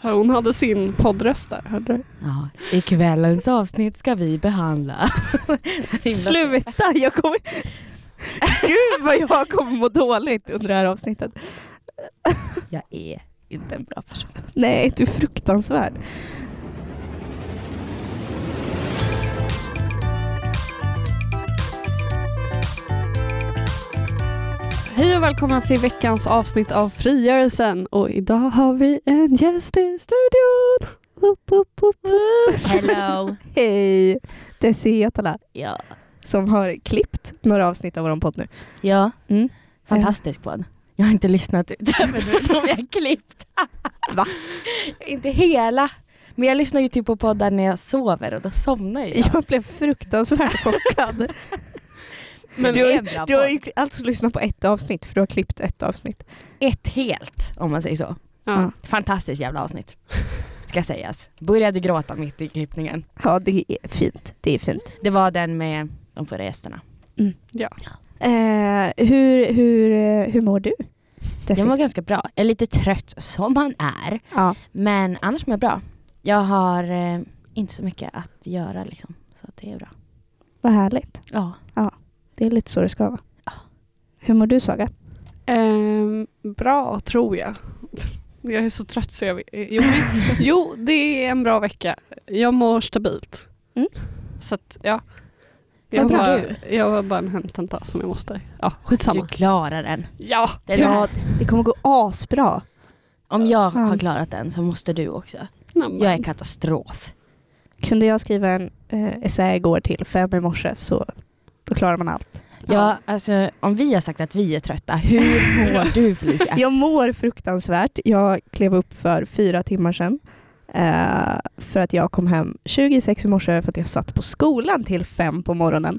Hon hade sin poddröst där, hörde du? Ja, i kvällens avsnitt ska vi behandla. Sluta, jag kommer... Gud vad jag kommer må dåligt under det här avsnittet. Jag är inte en bra person. Nej, du är fruktansvärd. Hej och välkomna till veckans avsnitt av Frigörelsen. Och idag har vi en gäst i studion. Hello. Hej, Desi Atala. Ja. Som har klippt några avsnitt av vår podd nu. Ja. Mm. Fantastisk podd. Jag har inte lyssnat utöver de jag klippt. Va? Inte hela. Men jag lyssnar ju typ på poddar när jag sover och då somnar jag. Jag blev fruktansvärt chockad. Men du har ju alltså lyssnat på ett avsnitt för du har klippt ett avsnitt. Ett helt, om man säger så. ja. Fantastiskt jävla avsnitt. Ska sägas. Började gråta mitt i klippningen. Ja, det är fint. Det är fint. Det var den med de förra gästerna. Mm. Ja. Hur mår du? Desi? Jag mår ganska bra. Jag är lite trött som man är. Ja. Men annars mår jag bra. Jag har inte så mycket att göra liksom. Så det är bra. Vad härligt. Ja. Det är lite så det ska vara. Ja. Hur mår du, Saga? Bra, tror jag. Jag är så trött så jag... Jo, det är en bra vecka. Jag mår stabilt. Mm. Så att, ja. Vad bra Jag har bara en hemtenta som jag måste... Ja, skitsamma. Du klarar den. Ja! Det kommer gå asbra. Om jag har klarat den så måste du också. Nämen. Jag är katastrof. Kunde jag skriva en essä igår till 5 i morse så då klarar man allt. Ja, alltså om vi har sagt att vi är trötta, hur mår du, Felicia? Jag mår fruktansvärt. Jag klev upp för 4 timmar sedan. För att jag kom hem 26 i morse för att jag satt på skolan till 5 på morgonen.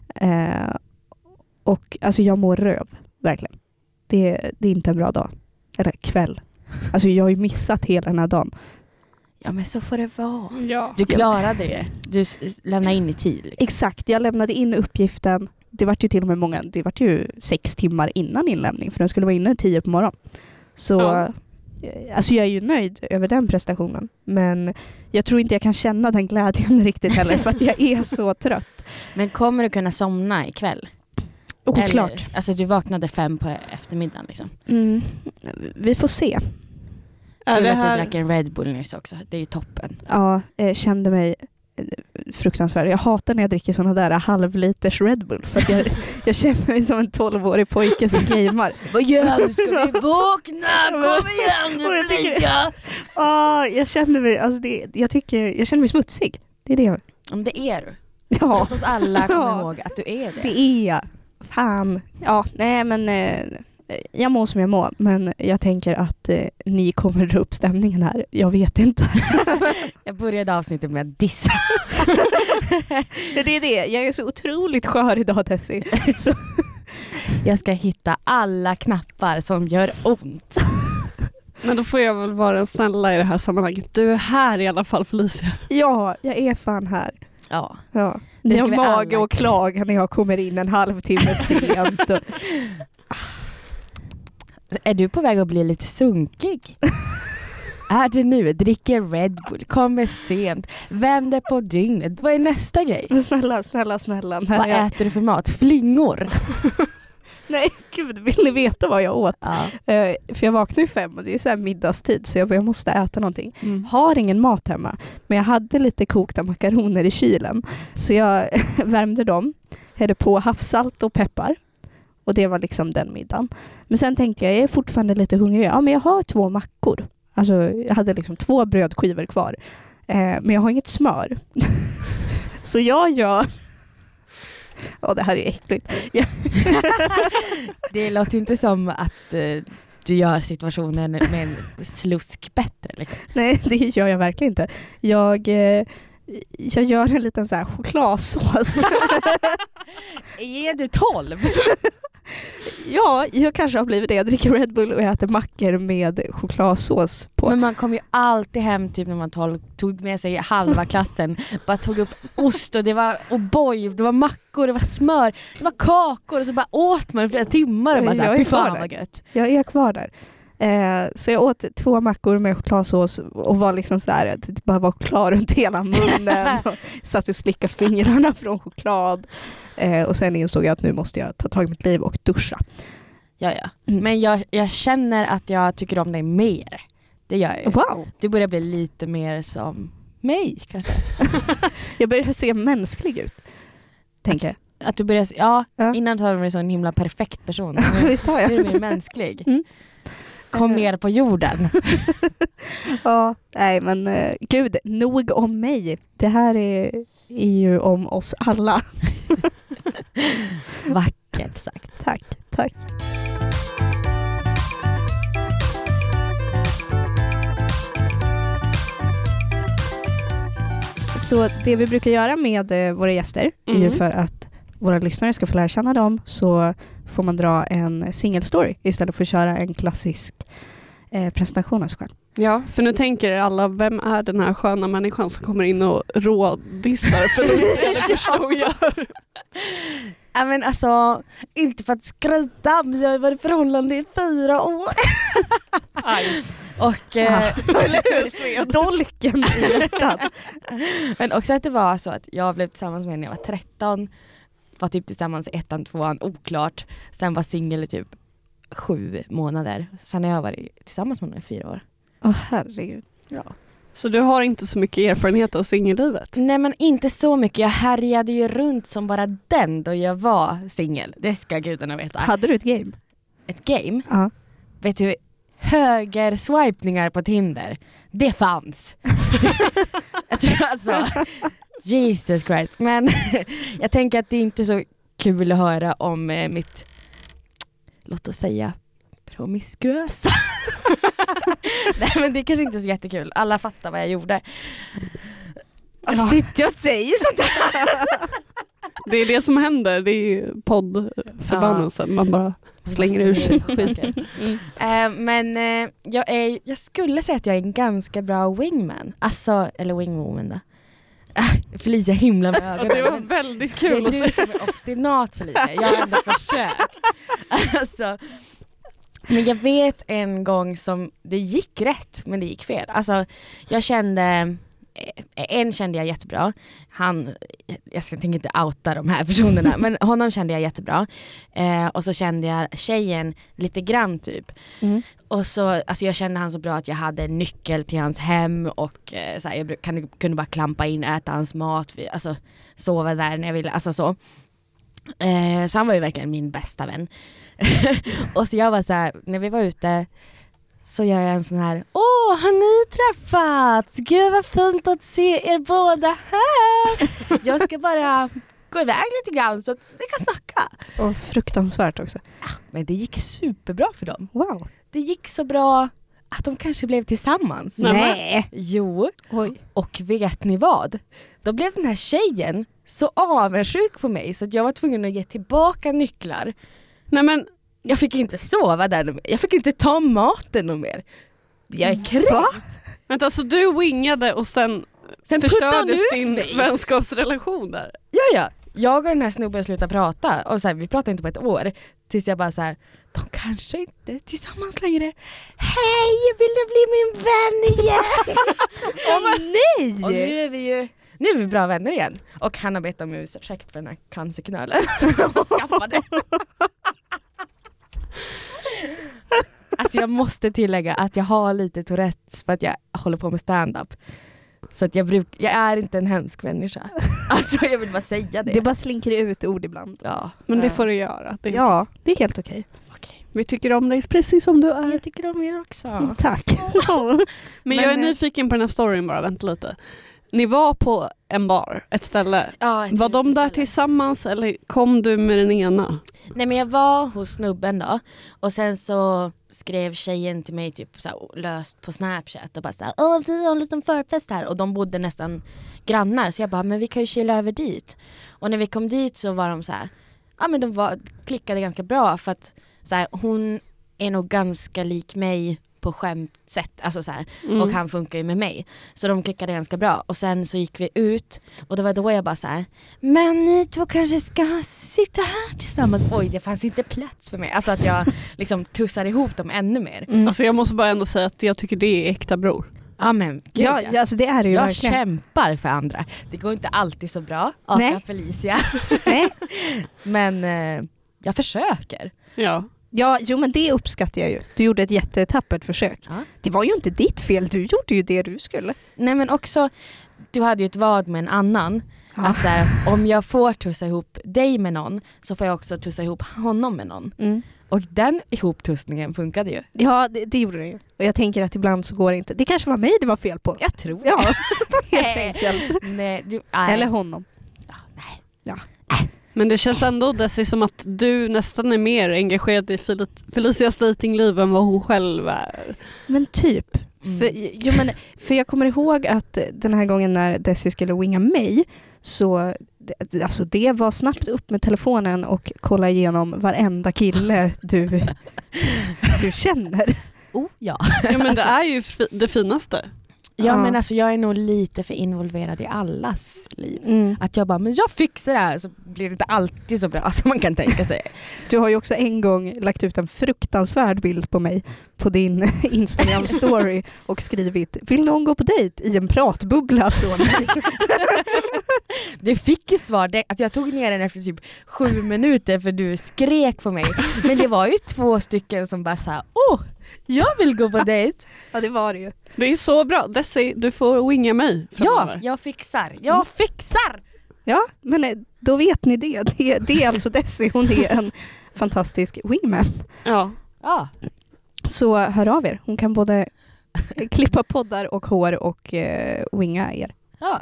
Och alltså jag mår röv, verkligen. Det är inte en bra dag. Eller kväll. Alltså jag har ju missat hela den här dagen. Ja, men så får det vara. Ja. Du klarade det. Du lämnade in i tid. Liksom. Exakt, jag lämnade in uppgiften. Det var ju till och med det var ju 6 timmar innan inlämning. För den skulle vara inne 10 på morgonen. Så alltså jag är ju nöjd över den prestationen. Men jag tror inte jag kan känna den glädjen riktigt heller. För att jag är så trött. Men kommer du kunna somna ikväll? Oklart. Alltså du vaknade 5 på eftermiddagen liksom. Vi får se. Är Du det vet att här... jag drack en Red Bull nyss också. Det är ju toppen. Ja, kände mig fruktansvärd. Jag hatar när jag dricker såna där halvliters Red Bull. För att jag känner mig som en 12-årig pojke som gamer. Vad gör du? Ska vi vakna? Kom igen nu, Felicia! Jag känner mig, alltså jag känner mig smutsig. Det är det. Om det är du. Ja. Låt oss alla komma ihåg att du är det. Det är jag. Fan. Ja, nej men jag mår som jag mår. Men jag tänker att ni kommer dra upp stämningen här. Jag vet inte. Jag började avsnittet med att dissa. Det är det. Jag är så otroligt skör idag, Desi. Så. Jag ska hitta alla knappar som gör ont. Men då får jag väl vara den snälla i det här sammanhanget. Du är här i alla fall, Felicia. Ja, jag är fan här. Ja. Ni har ska vi mage alla och klaga när jag kommer in en halvtimme sent. Är du på väg att bli lite sunkig? Är det nu? Dricker Red Bull, kommer sent, vänder på dygnet. Vad är nästa grej? Men snälla. Vad äter du för mat? Flingor? Nej, gud, vill ni veta vad jag åt? Ja. För jag vaknade 5 och det är så här middagstid så jag måste äta någonting. Har ingen mat hemma, men jag hade lite kokta makaroner i kylen. Så jag värmde dem, hällde på havssalt och peppar. Och det var liksom den middagen. Men sen tänkte jag är fortfarande lite hungrig. Ja, men jag har 2 mackor. Alltså jag hade liksom 2 brödskivor kvar. Men jag har inget smör. Så jag gör... det här är äckligt. Det låter inte som att du gör situationen med en slusk bättre. Liksom. Nej, det gör jag verkligen inte. Jag gör en liten så här chokladsås. Är du 12? Ja, jag kanske har blivit det. Jag dricker Red Bull och jag äter mackor med chokladsås på. Men man kom ju alltid hem typ när man tog med sig halva klassen. Bara tog upp ost och det var O'boy, det var mackor, det var smör, det var kakor och så bara åt man i flera timmar och bara så här, fy fan vad gött. Jag är kvar där. Så jag åt 2 mackor med chokladsås och var liksom så här, det bara var klar runt hela munnen. Och satt och slickade fingrarna från choklad. Och sen insåg jag att nu måste jag ta tag i mitt liv och duscha. Ja. Men jag känner att jag tycker om dig mer. Det gör jag ju. Wow. Du börjar bli lite mer som mig kanske. Jag börjar se mänsklig ut, tänker jag. Att du börjar, innan var du så en himla perfekt person. Visst har jag. Nu är du mer mänsklig. Kom ner på jorden. Ja, nej men gud, nog om mig. Det här är ju om oss alla. Vackert sagt. Tack. Så det vi brukar göra med våra gäster är ju för att våra lyssnare ska få lära känna dem, så får man dra en singelstory istället för att köra en klassisk presentation av sig själv. Ja, för nu tänker alla, vem är den här sköna människan som kommer in och rådissar för det första hon gör? Ja, men alltså, inte för att skryta, men jag har varit förhållande i 4 år. Aj. Och dolken i hjärtat. Men också att det var så att jag blev tillsammans med när jag var 13. Var typ tillsammans i 1:an, 2:an, oklart. Sen var singel i typ 7 månader. Sen har jag varit tillsammans med honom i 4 år. Herregud. Ja. Så du har inte så mycket erfarenhet av singellivet? Nej, men inte så mycket. Jag härjade ju runt som bara den då jag var singel. Det ska gudarna veta. Hade du ett game? Ett game? Ja. Vet du, högerswipningar på Tinder. Det fanns. Jag tror alltså, Jesus Christ. Men jag tänker att det är inte så kul att höra om mitt, låt oss säga, promiskuösa. Nej, men det är kanske inte så jättekul. Alla fattar vad jag gjorde. Sitter jag och säger sånt här? Det är det som händer. Det är ju poddförbannelsen. Man bara slänger ur sig skit. Men jag skulle säga att jag är en ganska bra wingman. Alltså, eller wingwoman då. Felicia himla med ögonen. Det var väldigt kul. Det är du som är obstinat, Felicia. Jag har ändå försökt. Alltså, men jag vet en gång som det gick rätt, men det gick fel. Alltså, jag kände jag jättebra. Jag tänker inte outa de här personerna, men honom kände jag jättebra. Och så kände jag tjejen lite grann typ. Och så, alltså jag kände han så bra att jag hade en nyckel till hans hem och så här, jag kunde bara klampa in, äta hans mat, alltså sova där när jag ville, alltså så. Så han var ju verkligen min bästa vän. Och så jag var så här, när vi var ute så gör jag en sån här, har ni träffats? Gud vad fint att se er båda här. Jag ska bara gå iväg lite grann så att vi kan snacka. Och fruktansvärt också. Men det gick superbra för dem. Wow. Det gick så bra att de kanske blev tillsammans. Nej. Jo. Oj. Och vet ni vad? Då blev den här tjejen så avundsjuk på mig så att jag var tvungen att ge tillbaka nycklar. Nej, men jag fick inte sova där mer. Jag fick inte ta maten och mer. Jag är kränkt. Vänta, så du wingade och sen förstördes din vänskapsrelation där? Ja. Jag och den här snubben slutade prata. Och så här, vi pratade inte på ett år. Tills jag bara så här, de kanske inte är tillsammans längre. Hej, vill du bli min vän igen? Nej! Och nu är vi bra vänner igen. Och han har bett om ursäkt för den här cancerknölen som han skaffade. Alltså jag måste tillägga att jag har lite Tourettes för att jag håller på med stand-up. Så att jag är inte en hemsk människa. Alltså jag vill bara säga det. Det bara slinker ut ord ibland. Ja. Men det får du göra. Det är helt okej. Vi tycker om dig precis som du är. Jag tycker om er också. Tack. Men jag är nyfiken på den här storyn bara, vänta lite. Ni var på en bar, ett ställe. Ja, var de där tillsammans eller kom du med den ena? Nej, men jag var hos snubben då. Och sen så skrev tjejen till mig typ så här, löst på Snapchat och bara så här, vi har en liten förfest här. Och de bodde nästan grannar. Så jag bara, men vi kan ju kila över dit. Och när vi kom dit så var de så här, ja men klickade ganska bra. För att så här, hon är nog ganska lik mig på skämtsätt. Alltså så här. Och han funkar ju med mig. Så de klickade ganska bra. Och sen så gick vi ut. Och det var då jag bara så här: men ni två kanske ska sitta här tillsammans. Oj, det fanns inte plats för mig. Alltså att jag liksom tussar ihop dem ännu mer. Alltså jag måste bara ändå säga att jag tycker det är äkta bror. Ja men gud, Ja, alltså det är det ju jag verkligen. kämpar för andra. Det går inte alltid så bra. Nej. Felicia. Nej. Men jag försöker. Ja. Ja, jo men det uppskattar jag ju. Du gjorde ett jättetappert försök. Ja. Det var ju inte ditt fel, du gjorde ju det du skulle. Nej men också, du hade ju ett vad med en annan. Ja. Att så här, om jag får tussa ihop dig med någon så får jag också tussa ihop honom med någon. Och den ihoptussningen funkade ju. Ja, det gjorde det ju. Och jag tänker att ibland så går det inte. Det kanske var mig det var fel på. Jag tror Ja, helt enkelt. Nej, Eller honom. Ja, nej. Ja. Men det känns ändå Desi som att du nästan är mer engagerad i Felicias datingliv än vad hon själv är. Men typ. För jag kommer ihåg att den här gången när Desi skulle winga mig så alltså det var snabbt upp med telefonen och kolla igenom varenda kille du känner. Ja. Ja men det är ju det finaste. Ja men alltså jag är nog lite för involverad i allas liv. Att jag bara, men jag fixar det här, så blir det inte alltid så bra som man kan tänka sig. Du har ju också en gång lagt ut en fruktansvärd bild på mig på din Instagram-story och skrivit: vill någon gå på dejt i en pratbubbla från mig? Du fick ju svar. Alltså jag tog ner den efter typ 7 minuter för du skrek på mig. Men det var ju 2 stycken som bara sa: jag vill gå på dejt. Ja, det var det ju. Det är så bra. Desi, du får winga mig framöver. Ja, jag fixar. Ja, men då vet ni det. Det är alltså Desi. Hon är en fantastisk wingman. Ja. Så hör av er. Hon kan både klippa poddar och hår och winga er. Ja.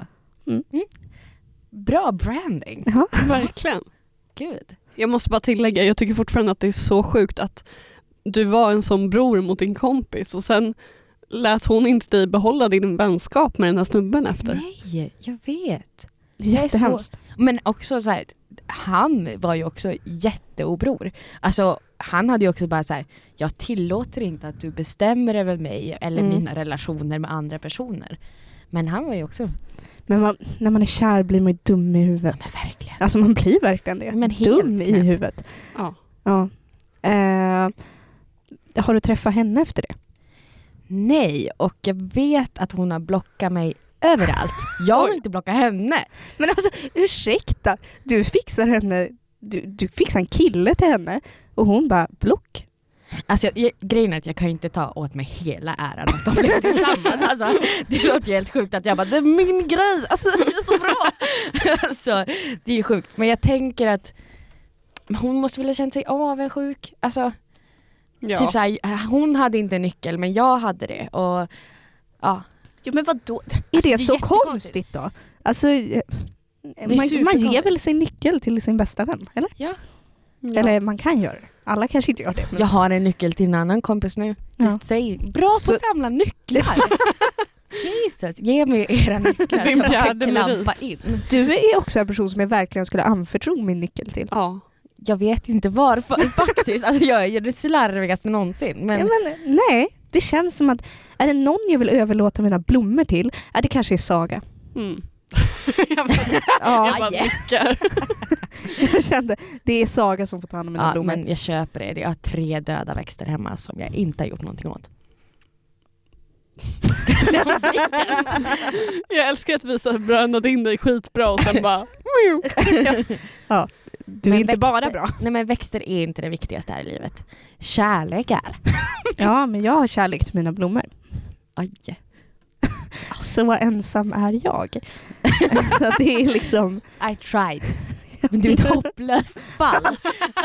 Bra branding. Ja. Verkligen. Gud. Jag måste bara tillägga, jag tycker fortfarande att det är så sjukt att du var en sån bror mot din kompis och sen lät hon inte dig behålla din vänskap med den här snubben efter. Nej, jag vet. Jättehemskt. Men också så här, han var ju också jätteobror. Alltså han hade ju också bara så här: jag tillåter inte att du bestämmer över mig eller mina relationer med andra personer. Men han var ju också... Men när man är kär blir man ju dum i huvudet. Men verkligen. Alltså man blir verkligen det. Men helt dum i huvudet. Ja. Har du träffat henne efter det? Nej, och jag vet att hon har blockat mig överallt. Jag har inte blockat henne. Men alltså, ursäkta. Du fixar henne. Du fixar en kille till henne och hon bara block. Alltså grejen är att jag kan ju inte ta åt mig hela äran att de blev tillsammans. Alltså, det låter ju helt sjukt att jag bara, det är min grej. Alltså det är så bra. Alltså, det är ju sjukt. Men jag tänker att hon måste väl ha känt sig avundsjuk. Alltså, typ så här, hon hade inte en nyckel men jag hade det. Och ja. Jo, men vadå? Är Alltså, det så konstigt då? Alltså, man ger väl sin nyckel till sin bästa vän, eller? Ja. Eller man kan göra det. Alla kanske inte gör det. Men... Jag har en nyckel till en annan kompis nu. Just säg, bra på att samla nycklar. Jesus, ge mig era nycklar. Din så jag kan fjärde klampa merit. in. Du är också en person som jag verkligen skulle anförtro min nyckel till. Ja. Jag vet inte varför faktiskt. Alltså jag är det slarvigaste någonsin. Men... Ja, men nej, det känns som att är det någon jag vill överlåta mina blommor till, det kanske är Saga. Jag bara nickar. Jag kände, det är Saga som får ta hand om mina blommor. Men jag köper det. Jag har 3 döda växter hemma som jag inte har gjort någonting åt. Jag älskar att vi så brände in dig skitbra och sen bara... Ja, du är inte bara bra. Nej, men växter är inte det viktigaste här i livet. Kärlek är. Ja, men jag har kärlek till mina blommor. Aj. Så ensam är jag. Så det är liksom... I tried. Men du är ett hopplöst fall.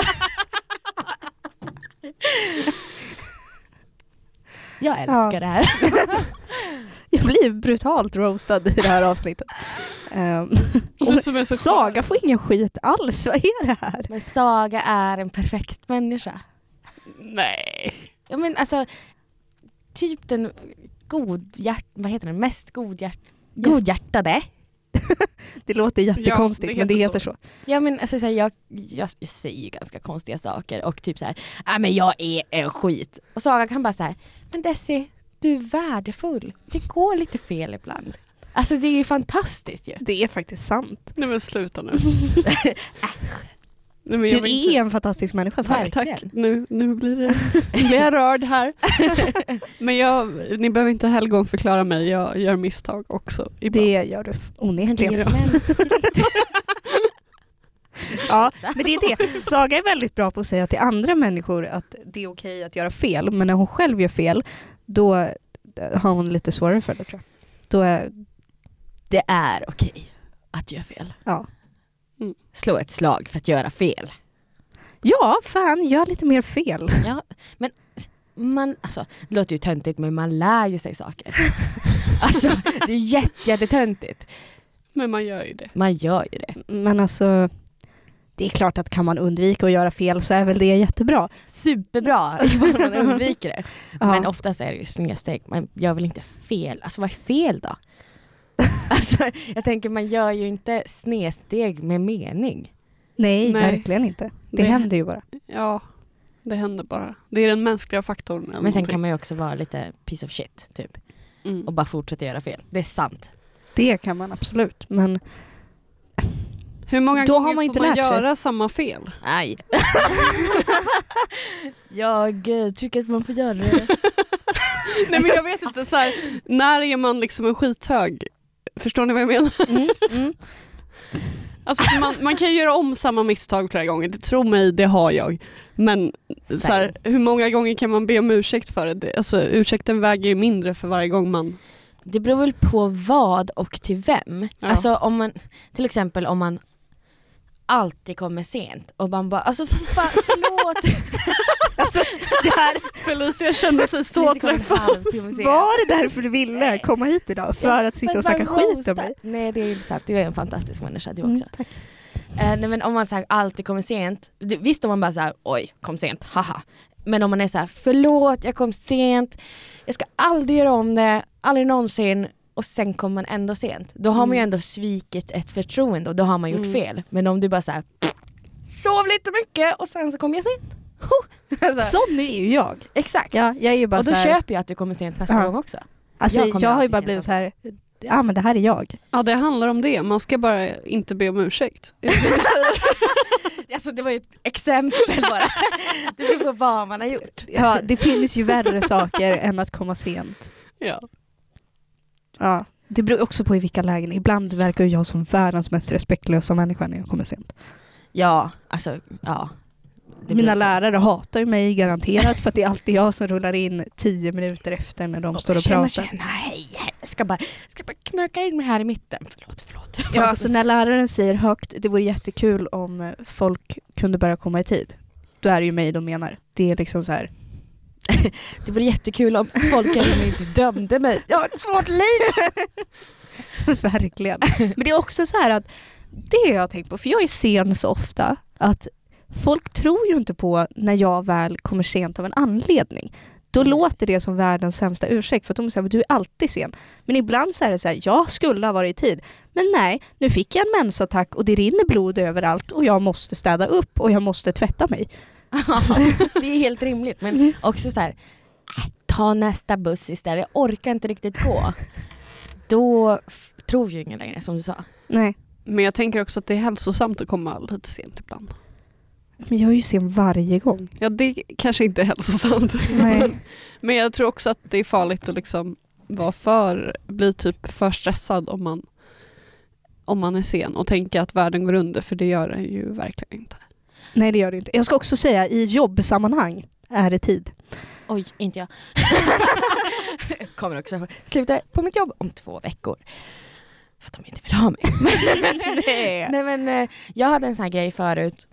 Jag älskar det här. Jag blir brutalt roastad i det här avsnittet. Saga får ingen skit alls. Vad är det här? Men Saga är en perfekt människa. Nej. Ja, men alltså typ den mest godhjärtade Det låter jättekonstigt, men det heter så. Ja, men alltså, så här, jag säger ju ganska konstiga saker och typ så här, men jag är en skit. Och Saga kan bara så här, men Desi, du är värdefull. Det går lite fel ibland. Alltså det är ju fantastiskt ju. Det är faktiskt sant. Nej men sluta nu. Du är en fantastisk människa. Tack. Nu blir jag rörd här. Men ni behöver inte helgon förklara mig. Jag gör misstag också. Ibland. Det gör du onekligen. Det är mänskligt. Ja, men det är det. Saga är väldigt bra på att säga till andra människor att det är okej att göra fel. Men när hon själv gör fel, då har hon lite svårare för det, tror jag. Det är okej att göra fel. Ja. Slå ett slag för att göra fel. Ja, fan, gör lite mer fel. Ja, men alltså, det låter ju töntigt, men man lär ju sig saker. Alltså, det är jättetöntigt. Men man gör ju det. Man gör ju det. Men alltså, det är klart att kan man undvika att göra fel så är väl det jättebra. Superbra ifall man undviker det. Ja. Men oftast är det ju snedsteg. Man gör väl inte fel. Alltså, vad är fel då? Alltså, jag tänker, man gör ju inte snedsteg med mening. Nej, verkligen inte. Det händer ju bara. Ja, det händer bara. Det är den mänskliga faktorn. Men sen någonting. Kan man ju också vara lite piece of shit, typ. Och bara fortsätta göra fel. Det är sant. Det kan man absolut, men hur många då gånger har man inte får man lärt sig. göra samma fel? Nej. Jag tycker att man får göra det. Nej, men jag vet inte, så här, när är man liksom en skithög? Förstår ni vad jag menar? Alltså, man kan göra om samma misstag flera gånger. Det tror mig, det har jag. Men så här, hur många gånger kan man be om ursäkt för det? Alltså, ursäkten väger ju mindre för varje gång man... Det beror väl på vad och till vem. Ja. Alltså om man, till exempel om man alltid kommer sent och man bara, alltså förlåt. Alltså, Felicia kände sig så träffad. Var det därför du ville komma hit idag? För att sitta och snacka skit om mig? Nej, det är inte sant. Du är en fantastisk människa, du också. Tack. Nej, men om man så här, alltid kommer sent. Visst om man bara så här, oj, kom sent, haha. Men om man är så här, förlåt, jag kom sent. Jag ska aldrig göra om det, aldrig någonsin. Och sen kommer man ändå sent. Då har man ju ändå svikit ett förtroende och då har man gjort fel. Men om du bara så här, sov lite mycket och sen så kommer jag sent. Alltså. Sån är ju jag. Exakt. Ja, jag är ju bara och då så här... köper jag att du kommer sent nästa gång också. Alltså jag har ju bara blivit så här, ja men det här är jag. Ja, det handlar om det. Man ska bara inte be om ursäkt. Alltså det var ju ett exempel bara. Det beror på vad man har gjort. Ja, det finns ju värre saker än att komma sent. Ja. Ja, det beror också på i vilka lägen. Ibland verkar jag som världens mest respektlösa människa när jag kommer sent. Ja, alltså, ja. Mina lärare hatar ju mig garanterat för att det är alltid jag som rullar in 10 minuter efter när de står och pratar. Nej, jag ska bara knöka in mig här i mitten. Förlåt. Ja, alltså när läraren säger högt, det vore jättekul om folk kunde börja komma i tid. Då är det ju mig de menar. Det är liksom så här. Det vore jättekul om folk inte dömde mig. Jag har ett svårt liv. Verkligen. Men det är också så här att det har jag tänkt på, för jag är sen så ofta att folk tror ju inte på när jag väl kommer sent av en anledning. Då låter det som världens sämsta ursäkt för att de säger att du är alltid sen. Men ibland så är det så här, jag skulle ha varit i tid. Men nej, nu fick jag en mensattack och det rinner blod överallt och jag måste städa upp och jag måste tvätta mig. Det är helt rimligt. Men också så här, ta nästa buss istället. Jag orkar inte riktigt gå. Då tror ju ingen längre, som du sa. Nej. Men jag tänker också att det är hälsosamt att komma lite sent ibland. Men jag är ju sen varje gång. Ja, det kanske inte är hälsosamt. Nej. Men jag tror också att det är farligt att liksom bli typ för stressad om man är sen och tänka att världen går under, för det gör den ju verkligen inte. Nej, det gör det inte. Jag ska också säga, i jobbsammanhang är det tid. Oj, inte jag. Kommer också sluta på mitt jobb om 2 veckor. För att de inte vill ha mig. Nej, men jag hade en sån här grej förut.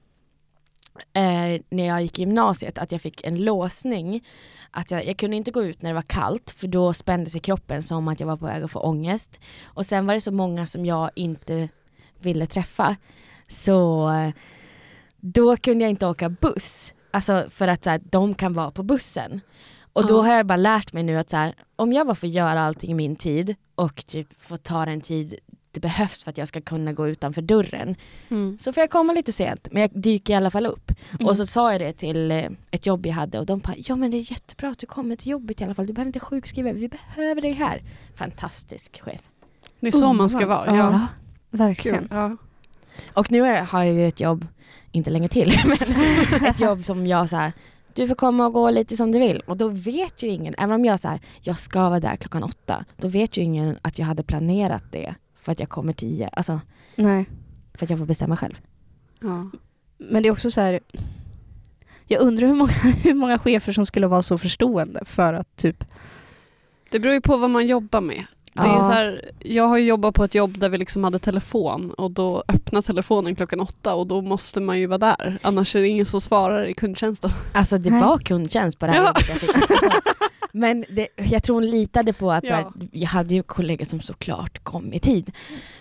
När jag gick i gymnasiet, att jag fick en låsning. Att jag kunde inte gå ut när det var kallt, för då spände sig kroppen som att jag var på väg att få ångest. Och sen var det så många som jag inte ville träffa. Så då kunde jag inte åka buss. Alltså för att så här, de kan vara på bussen. Och då har jag bara lärt mig nu att så här, om jag bara får göra allting i min tid och typ får ta den tid det behövs för att jag ska kunna gå utanför dörren. Så får jag komma lite sent. Men jag dyker i alla fall upp. Och så sa jag det till ett jobb jag hade. Och de bara, ja men det är jättebra att du kommer till jobbet i alla fall. Du behöver inte sjukskriva. Vi behöver dig här. Fantastisk chef. Det är så man ska vara. Ja, verkligen. Ja. Och nu har jag ju ett jobb, inte länge till, men ett jobb som jag så här, du får komma och gå lite som du vill. Och då vet ju ingen, även om jag så här, jag ska vara där 8:00, då vet ju ingen att jag hade planerat det för att jag kommer 10. Alltså, Nej. för att jag får bestämma själv. Ja. Men det är också så här, jag undrar hur många chefer som skulle vara så förstående för att typ... Det beror ju på vad man jobbar med. Det är så här, jag har ju jobbat på ett jobb där vi liksom hade telefon och då öppnar telefonen 8:00 och då måste man ju vara där. Annars är det ingen som svarar i kundtjänsten. Alltså det var kundtjänst på det här jobbet jag fick. Alltså, men jag tror hon litade på att så här, jag hade ju kollegor som såklart kom i tid.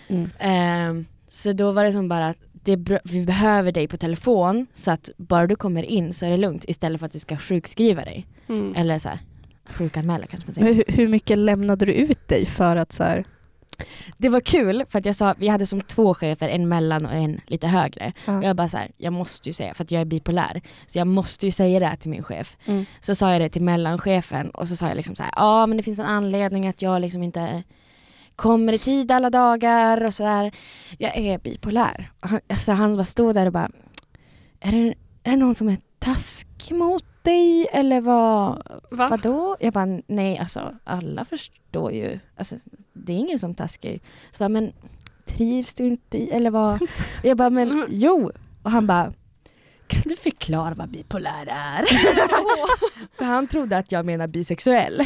Så då var det som bara att vi behöver dig på telefon så att bara du kommer in så är det lugnt istället för att du ska sjukskriva dig. Eller så här, sjukanmäla kanske man säger. Men hur mycket lämnade du ut dig för att så här... Det var kul för att jag sa, vi hade som 2 chefer, en mellan och en lite högre. Och jag bara så här, jag måste ju säga, för att jag är bipolär, så jag måste ju säga det här till min chef. Så sa jag det till mellanchefen och så sa jag liksom så här, men det finns en anledning att jag liksom inte kommer i tid alla dagar och så där. Jag är bipolär. Han bara stod där och bara, är det någon som är taskig mot dig eller vadå? Jag bara, nej, alltså alla förstår ju, alltså det är ingen som taskig. Så bara, men trivs du inte i, eller vad? Jag bara, men jo. Och han bara, kan du förklara vad bipolär är? För han trodde att jag menar bisexuell.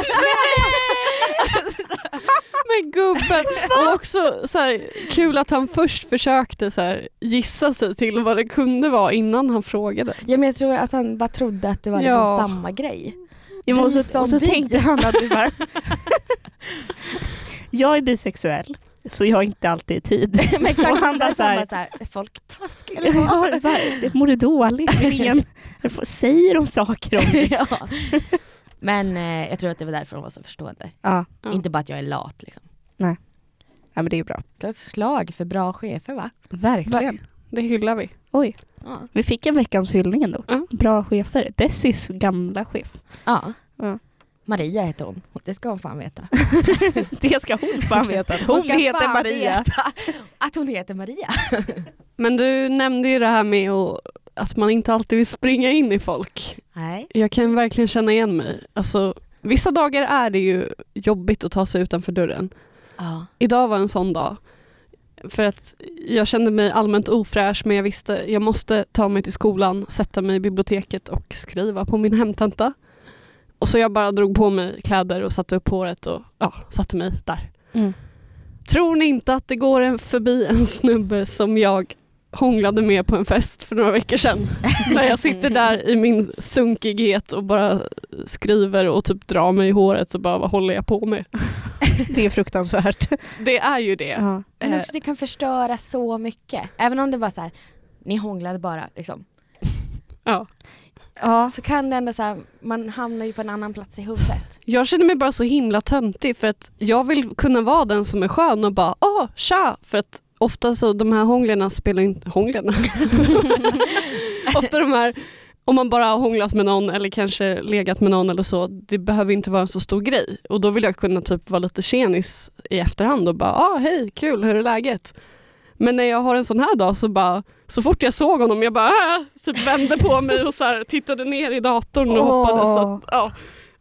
Men gubben. Och också så här, kul att han först försökte så här, gissa sig till vad det kunde vara innan han frågade. Ja, men jag tror att han bara trodde att det var liksom samma grej. Ja, och så tänkte han att du bara... jag är bisexuell, så jag är inte alltid i tid. Men exakt, och han bara så här, folk taskig eller vad? Det mår du dåligt. Ingen säger de saker om det. Ja. Men jag tror att det var därför de var så förstående. Ja. Inte bara att jag är lat liksom. Nej. Ja, men det är ju bra. Slag för bra chefer, va? Verkligen. Det hyllar vi. Oj. Ja. Vi fick en veckans hyllning ändå. Bra chefer. Dessis gamla chef. Ja. Maria heter hon. Det ska hon fan veta. Det ska hon fan veta. Hon heter Maria. Att hon heter Maria. Men du nämnde ju det här med att man inte alltid vill springa in i folk. Nej. Jag kan verkligen känna igen mig. Alltså, vissa dagar är det ju jobbigt att ta sig utanför dörren. Ja. Idag var en sån dag. För att jag kände mig allmänt ofräsch, men jag visste jag måste ta mig till skolan, sätta mig i biblioteket och skriva på min hemtenta. Och så jag bara drog på mig kläder och satte upp håret och satte mig där. Tror ni inte att det går förbi en snubbe som jag hånglade med på en fest för några veckor sedan? När jag sitter där i min sunkighet och bara skriver och typ drar mig i håret och bara, vad håller jag på med? Det är fruktansvärt. Det är ju det. Ja. Men också det kan förstöra så mycket. Även om det var så här, ni hånglade bara liksom. Ja, så kan det ändå så här, man hamnar ju på en annan plats i huvudet. Jag känner mig bara så himla töntig för att jag vill kunna vara den som är skön och bara, tja! För att ofta så de här hånglerna spelar inte... Hånglerna? Ofta de här, om man bara har hånglat med någon eller kanske legat med någon eller så, det behöver inte vara en så stor grej. Och då vill jag kunna typ vara lite tjenis i efterhand och bara, hej, kul, hur är läget? Men när jag har en sån här dag så bara, så fort jag såg honom, jag bara typ vände på mig och så här, tittade ner i datorn och hoppades att,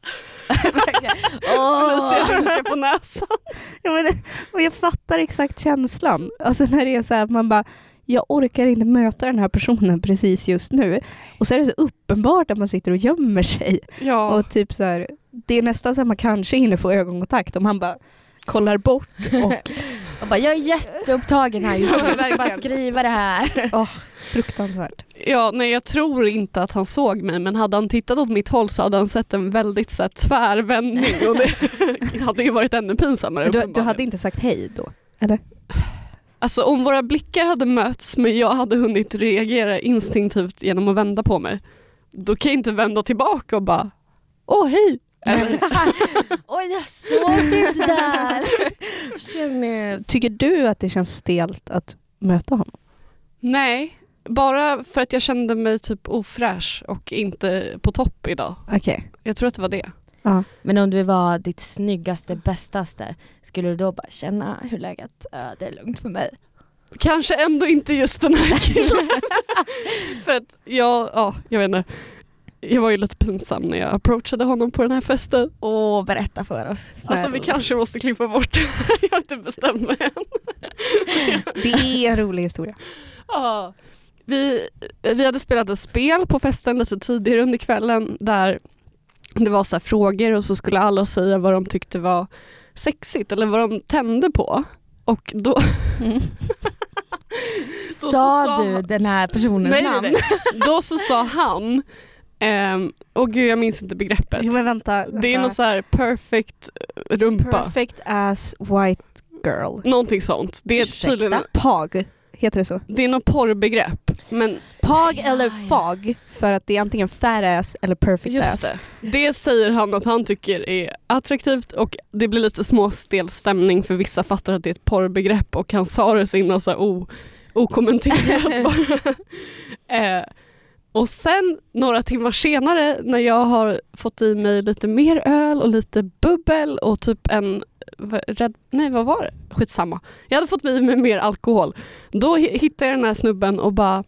Felicia på näsan. Ja, och jag fattar exakt känslan. Alltså när det är så här att man bara, jag orkar inte möta den här personen precis just nu. Och så är det så uppenbart att man sitter och gömmer sig. Ja. Och typ så här, det är nästan så att man kanske hinner få ögonkontakt om man bara kollar bort och bara, jag är jätteupptagen här just nu. Jag ska bara skriva det här. Fruktansvärt. Ja, nej, jag tror inte att han såg mig, men hade han tittat åt mitt håll så hade han sett en väldigt så här, tvärvändning och det hade ju varit ännu pinsammare. Du hade inte sagt hej då, eller? Alltså om våra blickar hade mötts men jag hade hunnit reagera instinktivt genom att vända på mig, då kan jag inte vända tillbaka och bara, hej! Oj, jag såg inte där. Känner Tycker du att det känns stelt att möta honom? Nej, bara för att jag kände mig typ ofräsch och inte på topp idag. Okej. Jag tror att det var det. Ja. Men om du var ditt snyggaste, bästaste, skulle du då bara känna hur läget det är lugnt för mig? Kanske ändå inte just den här killen. För att jag vet inte. Jag var ju lite pinsam när jag approachade honom på den här festen. Berätta för oss. Alltså vi kanske måste klippa bort det. Jag har inte bestämt mig än. Det är en rolig historia. Ja. Vi hade spelat ett spel på festen lite tidigare under kvällen där det var så här frågor och så skulle alla säga vad de tyckte var sexigt eller vad de tände på. Och då... Sa du den här personens namn? Nej. Då så sa han och gud jag minns inte begreppet. Jo, men vänta. Det är något så här perfect rumpa. Perfect ass white girl. Någonting sånt. Det är tydligen PAG. Heter det så? Det är något porrbegrepp. Men PAG eller FAG för att det är antingen fat ass eller perfect just ass. det säger han att han tycker är attraktivt och det blir lite småstel stämning för vissa fattar att det är ett porrbegrepp och han sa det så himla så här okommenterat bara. Och sen några timmar senare när jag har fått i mig lite mer öl och lite bubbel och typ vad var det? Skitsamma. Jag hade fått i mig mer alkohol. Då hittade jag den här snubben och bara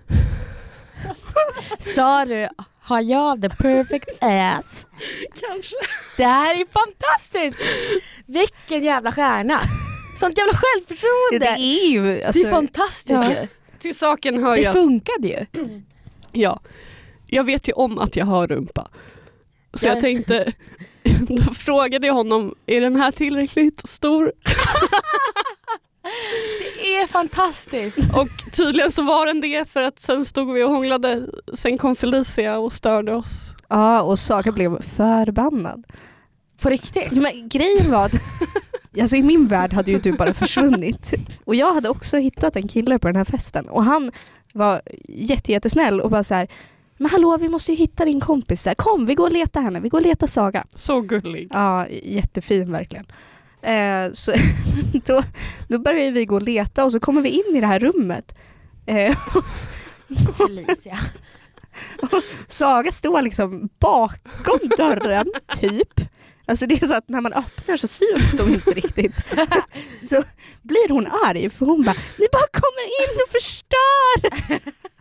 sa du, har jag the perfect ass? Kanske. Det här är fantastiskt! Vilken jävla stjärna! Sånt jävla självförtroende! Det är ju... Alltså, det är fantastiskt ju. Till saken hör det jag... funkade ju. Ja. Jag vet ju om att jag har rumpa. Så jag tänkte... Då frågade jag honom, är den här tillräckligt stor? Det är fantastiskt. Och tydligen så var den det för att sen stod vi och hånglade. Sen kom Felicia och störde oss. Ja, och Saga blev förbannad. På riktigt? Ja, men grejen var att alltså, i min värld hade ju du bara försvunnit. Och jag hade också hittat en kille på den här festen. Och han var jättesnäll och bara så här: men hallå, vi måste ju hitta din kompis. Så här, kom, vi går och letar henne. Vi går och letar Saga. Så gullig. Ja, jättefin verkligen. Så då börjar vi gå och leta och så kommer vi in i det här rummet. Felicia. Saga står liksom bakom dörren typ. Alltså det är så att när man öppnar så syns de inte riktigt. Så blir hon arg för hon bara, ni bara kommer in och förstör.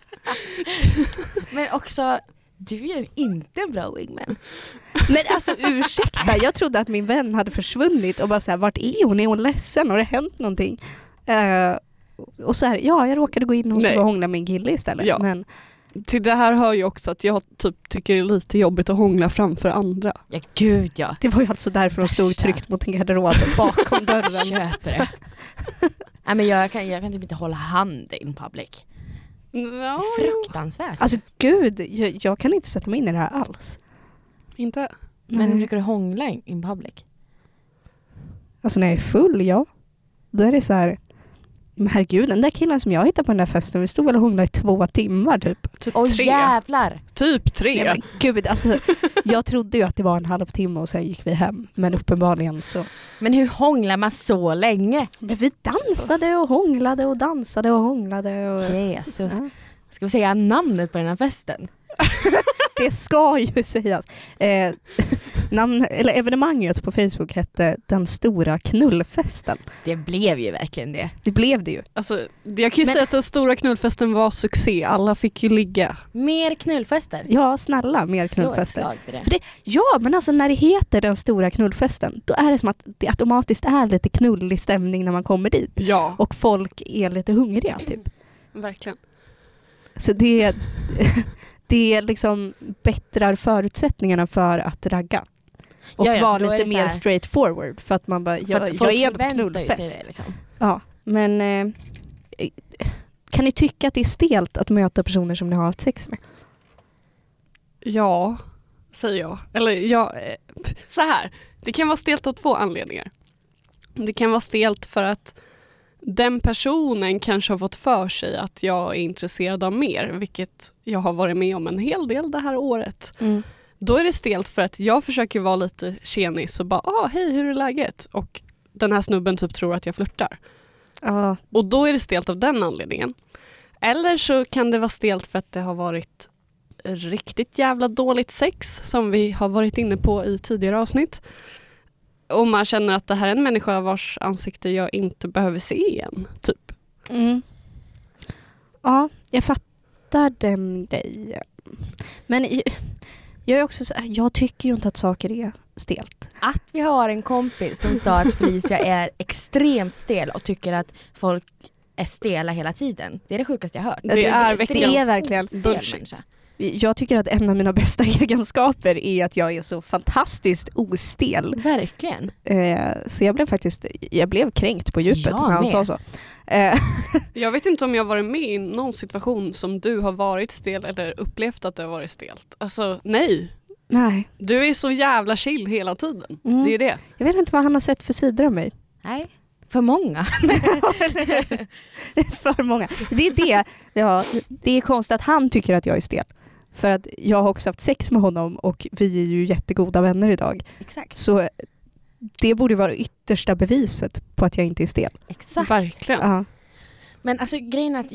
Men också, du är ju inte en bra wingman. Men alltså ursäkta, jag trodde att min vän hade försvunnit och bara så här, vart är hon? Är hon ledsen? Har det hänt någonting? Och så här, jag råkade gå in och hångla med en kille istället. Ja. Men till det här hör ju också att jag typ tycker det är lite jobbigt att hångla framför andra. Ja, gud ja. det var ju alltså därför de stod tryckt mot en garderob bakom dörren. Köper det. Nej, men jag kan typ inte hålla hand in public. No. Fruktansvärt. Alltså gud, jag kan inte sätta mig in i det här alls. Inte? Men brukar du hångla in public? Alltså när jag är full, ja. Då är det så här, men herregud, den där killen som jag hittade på den där festen, vi stod väl och hånglade i 2 timmar typ. Typ Åh 3. jävlar. Typ 3. Nej, men gud, alltså, jag trodde ju att det var en halvtimme och sen gick vi hem. Men uppenbarligen så. Men hur hånglar man så länge? Men vi dansade och hånglade och dansade och hånglade. Och... Jesus. Ska vi säga namnet på den här festen? Det ska ju sägas. Evenemanget på Facebook hette Den stora knullfesten. Det blev ju verkligen det. Det blev det ju. Alltså, jag kan ju säga att den stora knullfesten var succé. Alla fick ju ligga. Mer knullfester. Ja, snälla, mer Slå ett knullfester. slag för det. För det. Ja, men alltså när det heter Den stora knullfesten, då är det som att det automatiskt är lite knullig stämning när man kommer dit. Ja. Och folk är lite hungriga typ. Verkligen. Så det liksom bättrar förutsättningarna för att ragga. Och Ja, vara för då är lite det så mer här- straightforward. För att man bara, jag är på knullfest. Det, liksom. Ja, men kan ni tycka att det är stelt att möta personer som ni har haft sex med? Ja, säger jag. Eller ja, så här. Det kan vara stelt av 2 anledningar. Det kan vara stelt för att den personen kanske har fått för sig att jag är intresserad av mer, vilket jag har varit med om en hel del det här året. Mm. Då är det stelt för att jag försöker vara lite tjenis och bara, hej, hur är läget? Och den här snubben typ tror att jag flirtar. Ja. Och då är det stelt av den anledningen. Eller så kan det vara stelt för att det har varit riktigt jävla dåligt sex, som vi har varit inne på i tidigare avsnitt. Och man känner att det här är en människa vars ansikte jag inte behöver se igen, typ. Mm. Ja, jag fattar den grejen. Men jag är också så här, jag tycker ju inte att saker är stelt. Att vi har en kompis som sa att Felicia är extremt stel och tycker att folk är stela hela tiden. Det är det sjukaste jag hört. Det är verkligen bullshit. Jag tycker att en av mina bästa egenskaper är att jag är så fantastiskt ostel. Verkligen. Så jag blev kränkt på djupet när han sa så. Jag vet inte om jag varit med i någon situation som du har varit stel eller upplevt att det har varit stelt. Alltså, nej. Du är så jävla chill hela tiden. Mm. Det är det. Jag vet inte vad han har sett för sidor av mig. Nej. För många. För många. Det är det. Ja, det är konstigt att han tycker att jag är stel. För att jag har också haft sex med honom och vi är ju jättegoda vänner idag. Exakt. Så det borde vara yttersta beviset på att jag inte är stel. Exakt. Verkligen. Ja. Men alltså grejen är att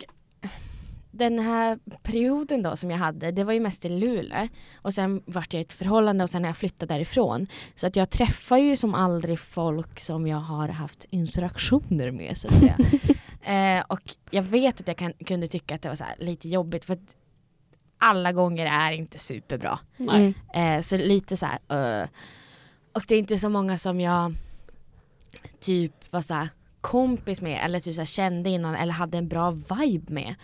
den här perioden då som jag hade, det var ju mest i Luleå. Och sen vart jag i ett förhållande och sen när jag flyttade därifrån. Så att jag träffar ju som aldrig folk som jag har haft interaktioner med, så att säga. Och jag vet att jag kunde tycka att det var så här lite jobbigt, för att alla gånger är inte superbra. Så lite så här. Och det är inte så många som jag typ var så här kompis med eller typ så här kände innan eller hade en bra vibe med.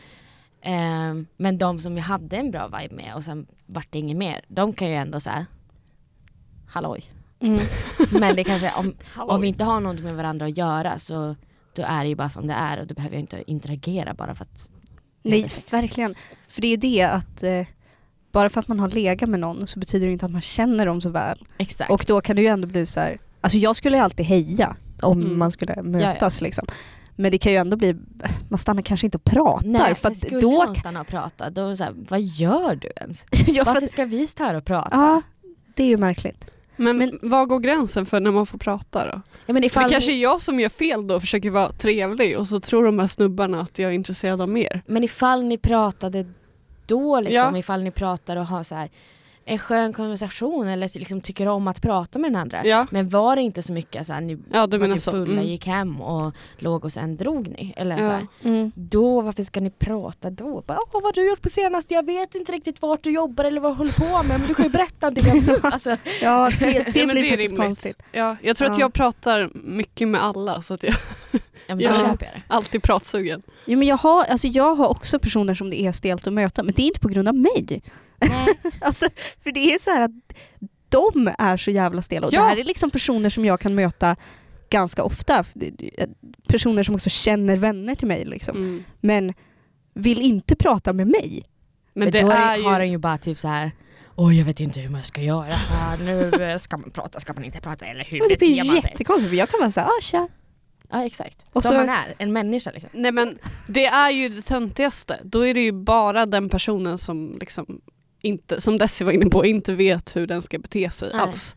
Men de som jag hade en bra vibe med och sen vart det inget mer, de kan ju ändå säga halloj. Men det kanske om vi inte har något med varandra att göra, så då är det ju bara som det är och då behöver jag inte interagera bara för att. Nej, verkligen. För det är ju det att bara för att man har legat med någon så betyder det inte att man känner dem så väl. Exakt. Och då kan det ju ändå bli så här, alltså jag skulle alltid heja om man skulle mötas liksom. Men det kan ju ändå bli, man stannar kanske inte och pratar. Nej, för skulle då någon stanna och prata, då så här, vad gör du ens? Ja, Varför ska vi stå här och prata? Ja, det är ju märkligt. Men vad går gränsen för när man får prata då? Ja, men Det kanske är jag som gör fel då och försöker vara trevlig och så tror de här snubbarna att jag är intresserad av mer. Men ifall ni pratade då liksom, ifall ni pratar och har så här en skön konversation eller liksom tycker om att prata med den andra. Ja. Men var det inte så mycket så här, ni var typ fulla, gick hem och låg och sen drog ni? Eller så här. Då, varför ska ni prata då? Bara, vad har du gjort på senaste? Jag vet inte riktigt vart du jobbar eller vad du håller på med, men du kan ju berätta det. Alltså. Ja, det men blir det faktiskt konstigt. Ja, jag tror att jag pratar mycket med alla, så att jag Ja, men då köper jag det. Alltid pratsugen. Ja, men jag har också personer som det är stelt att möta, men det är inte på grund av mig. Nej. Alltså, för det är så här att de är så jävla stela. Och det här är liksom personer som jag kan möta ganska ofta. Personer som också känner vänner till mig liksom. Men vill inte prata med mig. Men det då har den ju bara typ så här: oj, jag vet inte hur man ska göra. Nu ska man prata, ska man inte prata, eller hur? Och det blir jättekonstigt, för jag kan vara så här, tja. Ja, exakt. Och som så, man är, en människa liksom. Nej, men det är ju det töntigaste. Då är det ju bara den personen som liksom inte, som Desi var inne på, inte vet hur den ska bete sig alls.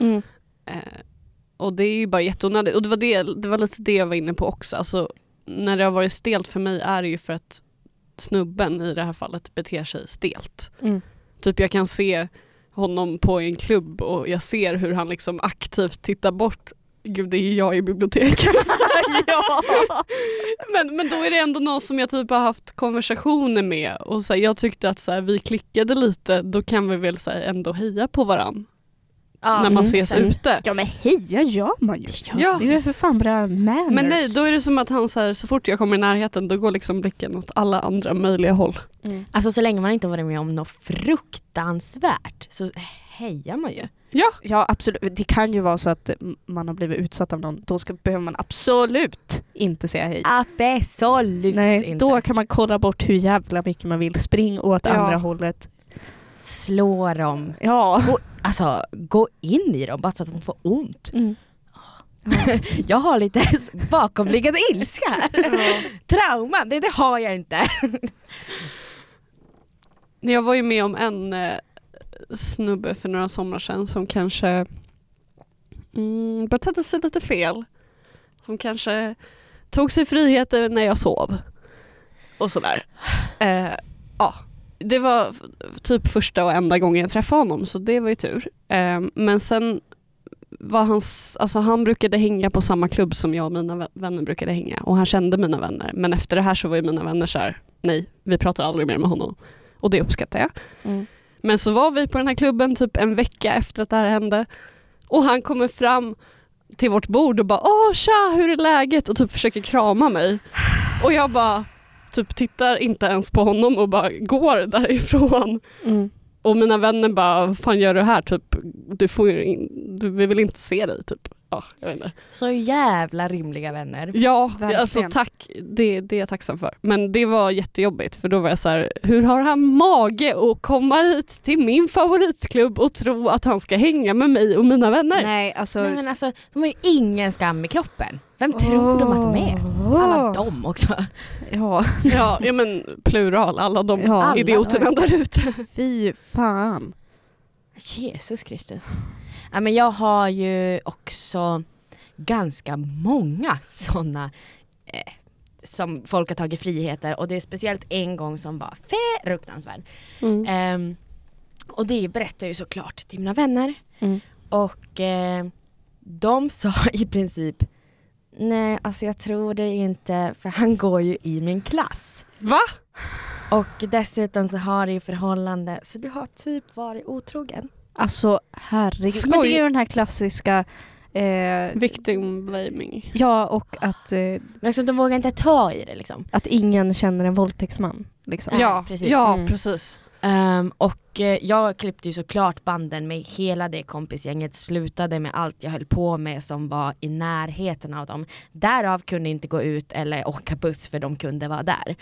Och det är ju bara jätteonödigt. Och det var lite det jag var inne på också. Alltså, när det har varit stelt för mig är det ju för att snubben i det här fallet beter sig stelt. Typ jag kan se honom på en klubb och jag ser hur han liksom aktivt tittar bort. Gud, det är jag i biblioteket. Ja. Men då är det ändå någon som jag typ har haft konversationer med och så här, jag tyckte att så här, vi klickade lite, då kan vi väl så här, ändå heja på varann. När man ses ute. Ja, men heja gör man ju. Ja. Det är ju för fan bra manners. Men nej, då är det som att han så här, så fort jag kommer i närheten, då går liksom blicken åt alla andra möjliga håll. Alltså så länge man inte varit med om något fruktansvärt så hejar man ju. Ja, absolut. Det kan ju vara så att man har blivit utsatt av någon. Då behöver man absolut inte säga hej. Absolut Nej, inte. då kan man kolla bort hur jävla mycket man vill. Spring åt andra hållet. Slå dem. Ja. Gå in i dem bara så att de får ont. Jag har lite bakomliggande ilska här. Trauma, det har jag inte. Jag var ju med om en snubbe för några somrar sedan som kanske betedde sig lite fel. som kanske tog sig friheter när jag sov. Och sådär. Ja, det var typ första och enda gången jag träffade honom, så det var ju tur. Men sen var han brukade hänga på samma klubb som jag och mina vänner brukade hänga. Och han kände mina vänner. Men efter det här så var ju mina vänner så här: nej, vi pratar aldrig mer med honom. Och det uppskattar jag. Mm. Men så var vi på den här klubben typ en vecka efter att det här hände. Och han kommer fram till vårt bord och bara: tja, hur är läget? Och typ försöker krama mig. Och jag bara typ tittar inte ens på honom och bara går därifrån. Mm. Och mina vänner bara: vad fan gör du här? Typ, vi vill inte se dig. Typ. Ja, jag vet inte. Så jävla rimliga vänner. Ja, verkligen. Alltså tack. Det är jag tacksam för. Men det var jättejobbigt, för då var jag så här: hur har han mage att komma hit till min favoritklubb och tro att han ska hänga med mig och mina vänner? Nej, men alltså, de har ju ingen skam i kroppen. Vem tror de att de är? Alla de också. Ja, men plural. Alla de idioterna där ute. Fy fan. Jesus Kristus. Ja, men jag har ju också ganska många sådana som folk har tagit friheter, och det är speciellt en gång som var fruktansvärd. Och det berättar jag ju såklart till mina vänner. Och de sa i princip: nej, alltså jag tror det inte, för han går ju i min klass. Va? Och dessutom så har det ju förhållande, så du har typ varit otrogen. Alltså herregud. Men det är ju den här klassiska victim blaming. Ja, och att liksom, de vågar inte ta i det liksom. Att ingen känner en våldtäktsman liksom. Ja, precis. Ja, precis. Och jag klippte ju såklart banden med hela det kompisgänget, slutade med allt jag höll på med som var i närheten av dem. Därav kunde inte gå ut eller åka buss, för de kunde vara där.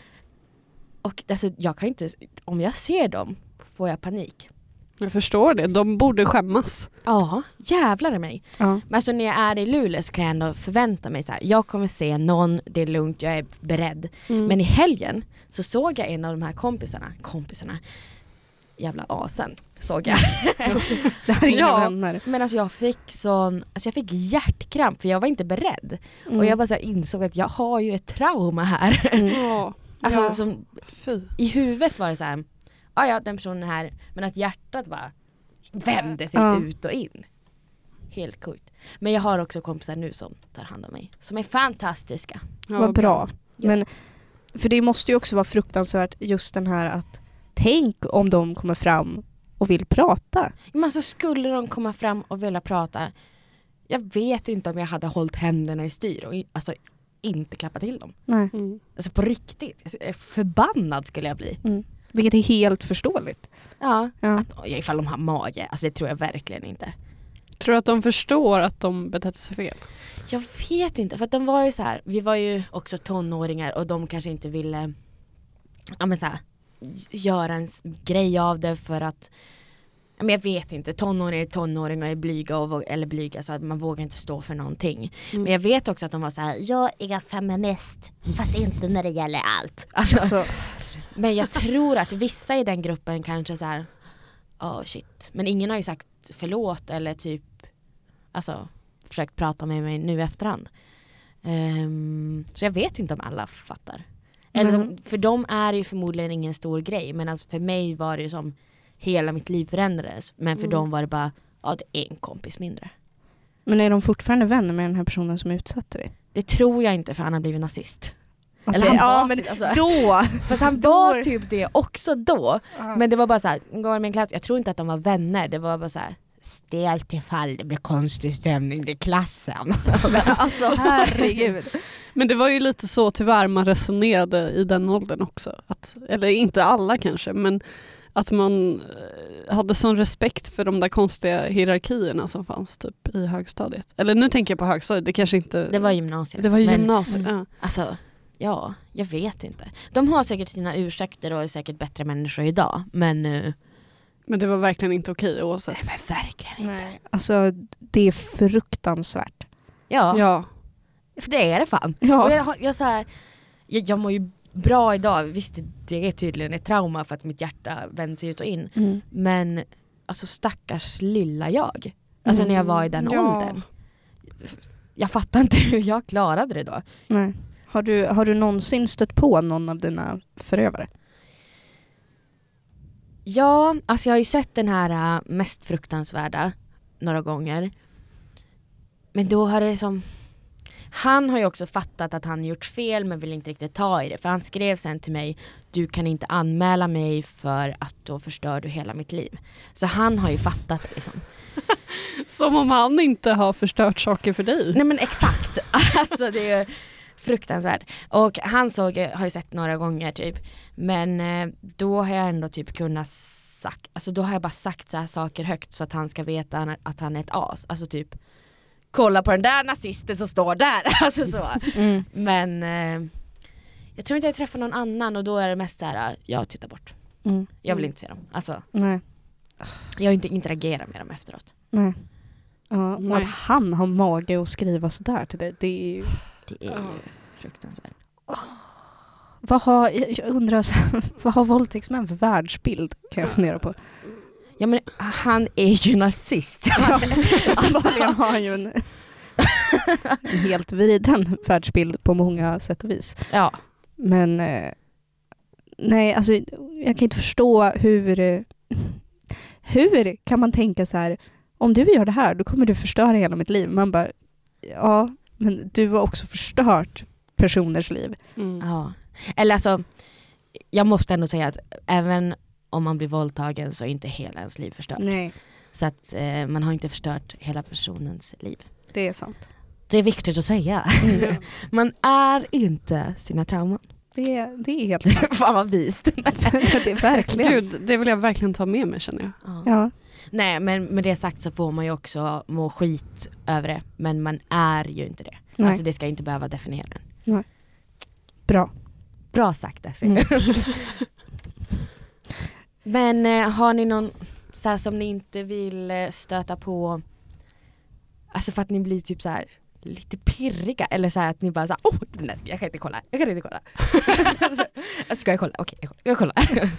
Och alltså, jag kan inte, om jag ser dem får jag panik. Jag förstår det. De borde skämmas. Ja, jävlar i mig. Ja. Men alltså när jag är i Luleå så kan jag ändå förvänta mig så här: jag kommer se någon, det är lugnt, jag är beredd. Men i helgen så såg jag en av de här kompisarna. Jävla asen såg jag. Det här är inga vänner. Men alltså jag fick hjärtkramp, för jag var inte beredd. Och jag bara så här insåg att jag har ju ett trauma här. Alltså som, i huvudet var det så här: ja, den personen här, men att hjärtat bara vände sig ut och in. Helt sjukt. Men jag har också kompisar nu som tar hand om mig, som är fantastiska. Vad bra. Men för det måste ju också vara fruktansvärt just den här att tänk om de kommer fram och vill prata. Men så skulle de komma fram och vilja prata, jag vet inte om jag hade hållit händerna i styr och alltså inte klappat till dem. Nej. Alltså på riktigt. Alltså, förbannad skulle jag bli. Vilket är helt förståeligt. Ja. Ifall de har mage. Alltså det tror jag verkligen inte. Tror du att de förstår att de betett sig fel? Jag vet inte. För att de var ju så här. Vi var ju också tonåringar. Och de kanske inte ville göra en grej av det. För att men jag vet inte. Tonåringar är blyga eller blyga. Så att man vågar inte stå för någonting. Men jag vet också att de var så här: jag är feminist. Fast inte när det gäller allt. Alltså men jag tror att vissa i den gruppen kanske så här: shit. Men ingen har ju sagt förlåt eller typ alltså försökt prata med mig nu efterhand. Så jag vet inte om alla fattar. Eller för dem är det ju förmodligen ingen stor grej. Men alltså för mig var det ju som hela mitt liv förändrades. Men för dem var det bara det är en kompis mindre. Men är de fortfarande vänner med den här personen som utsatte dig? Det tror jag inte, för han har blivit nazist. Okay. Eller han var, men alltså, då! Fast han var typ det också då. Men det var bara så här, går med en klass. Jag tror inte att de var vänner. Det var bara så här: stelt ifall det blir konstig stämning i klassen. Alltså herregud. Men det var ju lite så tyvärr man resonerade i den åldern också. Eller inte alla kanske, men att man hade sån respekt för de där konstiga hierarkierna som fanns typ i högstadiet. Eller nu tänker jag på högstadiet, det kanske inte... Det var gymnasiet. Det var gymnasiet, ja. Alltså, ja, jag vet inte. De har säkert sina ursäkter och är säkert bättre människor idag, men det var verkligen inte okej oavsett. Nej, men verkligen inte. Nej, alltså det är fruktansvärt. Ja. För det är det fan. Ja. Och jag mår ju bra idag. Visst, det är tydligen ett trauma för att mitt hjärta vänder sig ut och in. Men alltså stackars lilla jag. Alltså när jag var i den åldern. jag fattar inte hur jag klarade det då. Nej. Har du någonsin stött på någon av dina förövare? Ja, alltså jag har ju sett den här mest fruktansvärda några gånger. Men då har det som... Han har ju också fattat att han gjort fel men vill inte riktigt ta i det. För han skrev sen till mig, du kan inte anmäla mig för att då förstör du hela mitt liv. Så han har ju fattat liksom. Som om han inte har förstört saker för dig. Nej men exakt. Alltså det är ju fruktansvärt. Och han har ju sett några gånger typ. Men då har jag ändå typ kunnat alltså då har jag bara sagt så här saker högt så att han ska veta att han är ett as. Alltså typ, kolla på den där nazisten som står där. Alltså så. Mm. Men jag tror inte jag träffar någon annan och då är det mest så här, jag tittar bort. Mm. Jag vill inte se dem. Alltså, Nej. jag har inte interagerat med dem efteråt. Nej. Ja, och Nej. att han har mage att skriva så där till dig, det är ju... Det är ju fruktansvärt. Jag undrar så här, vad har våldtäktsmän för världsbild, kan jag fundera på. Ja men han är ju nazist. Uppenbarligen har han ju en helt vriden världsbild på många sätt och vis. Ja. Men nej, alltså jag kan inte förstå hur kan man tänka så här, om du gör det här då kommer du förstöra hela mitt liv. Man bara, ja, men du har också förstört personers liv. Mm. Ja. Eller alltså, jag måste ändå säga att även om man blir våldtagen så är inte hela ens liv förstört. Nej, Så att man har inte förstört hela personens liv. det är sant. Det är viktigt att säga. Mm. Man är inte sina trauman. Det är helt sant. Fan vad vist. Det är verkligen. Gud, det vill jag verkligen ta med mig, känner jag. Ja. Ja. Nej, men med det sagt så får man ju också må skit över det. Men man är ju inte det. Nej. Alltså det ska inte behöva definiera en. Bra. Bra sagt, alltså. Mm. Men har ni någon så här, som ni inte vill stöta på, alltså för att ni blir typ så här lite pirriga eller så här att ni bara så här, nej, jag kan inte kolla. Ska jag kolla? Okej, jag kollar.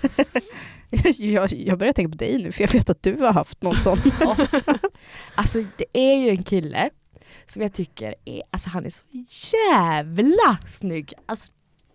Jag börjar tänka på dig nu för jag vet att du har haft någon sån. Alltså det är ju en kille som jag tycker är, alltså han är så jävla snygg. Alltså,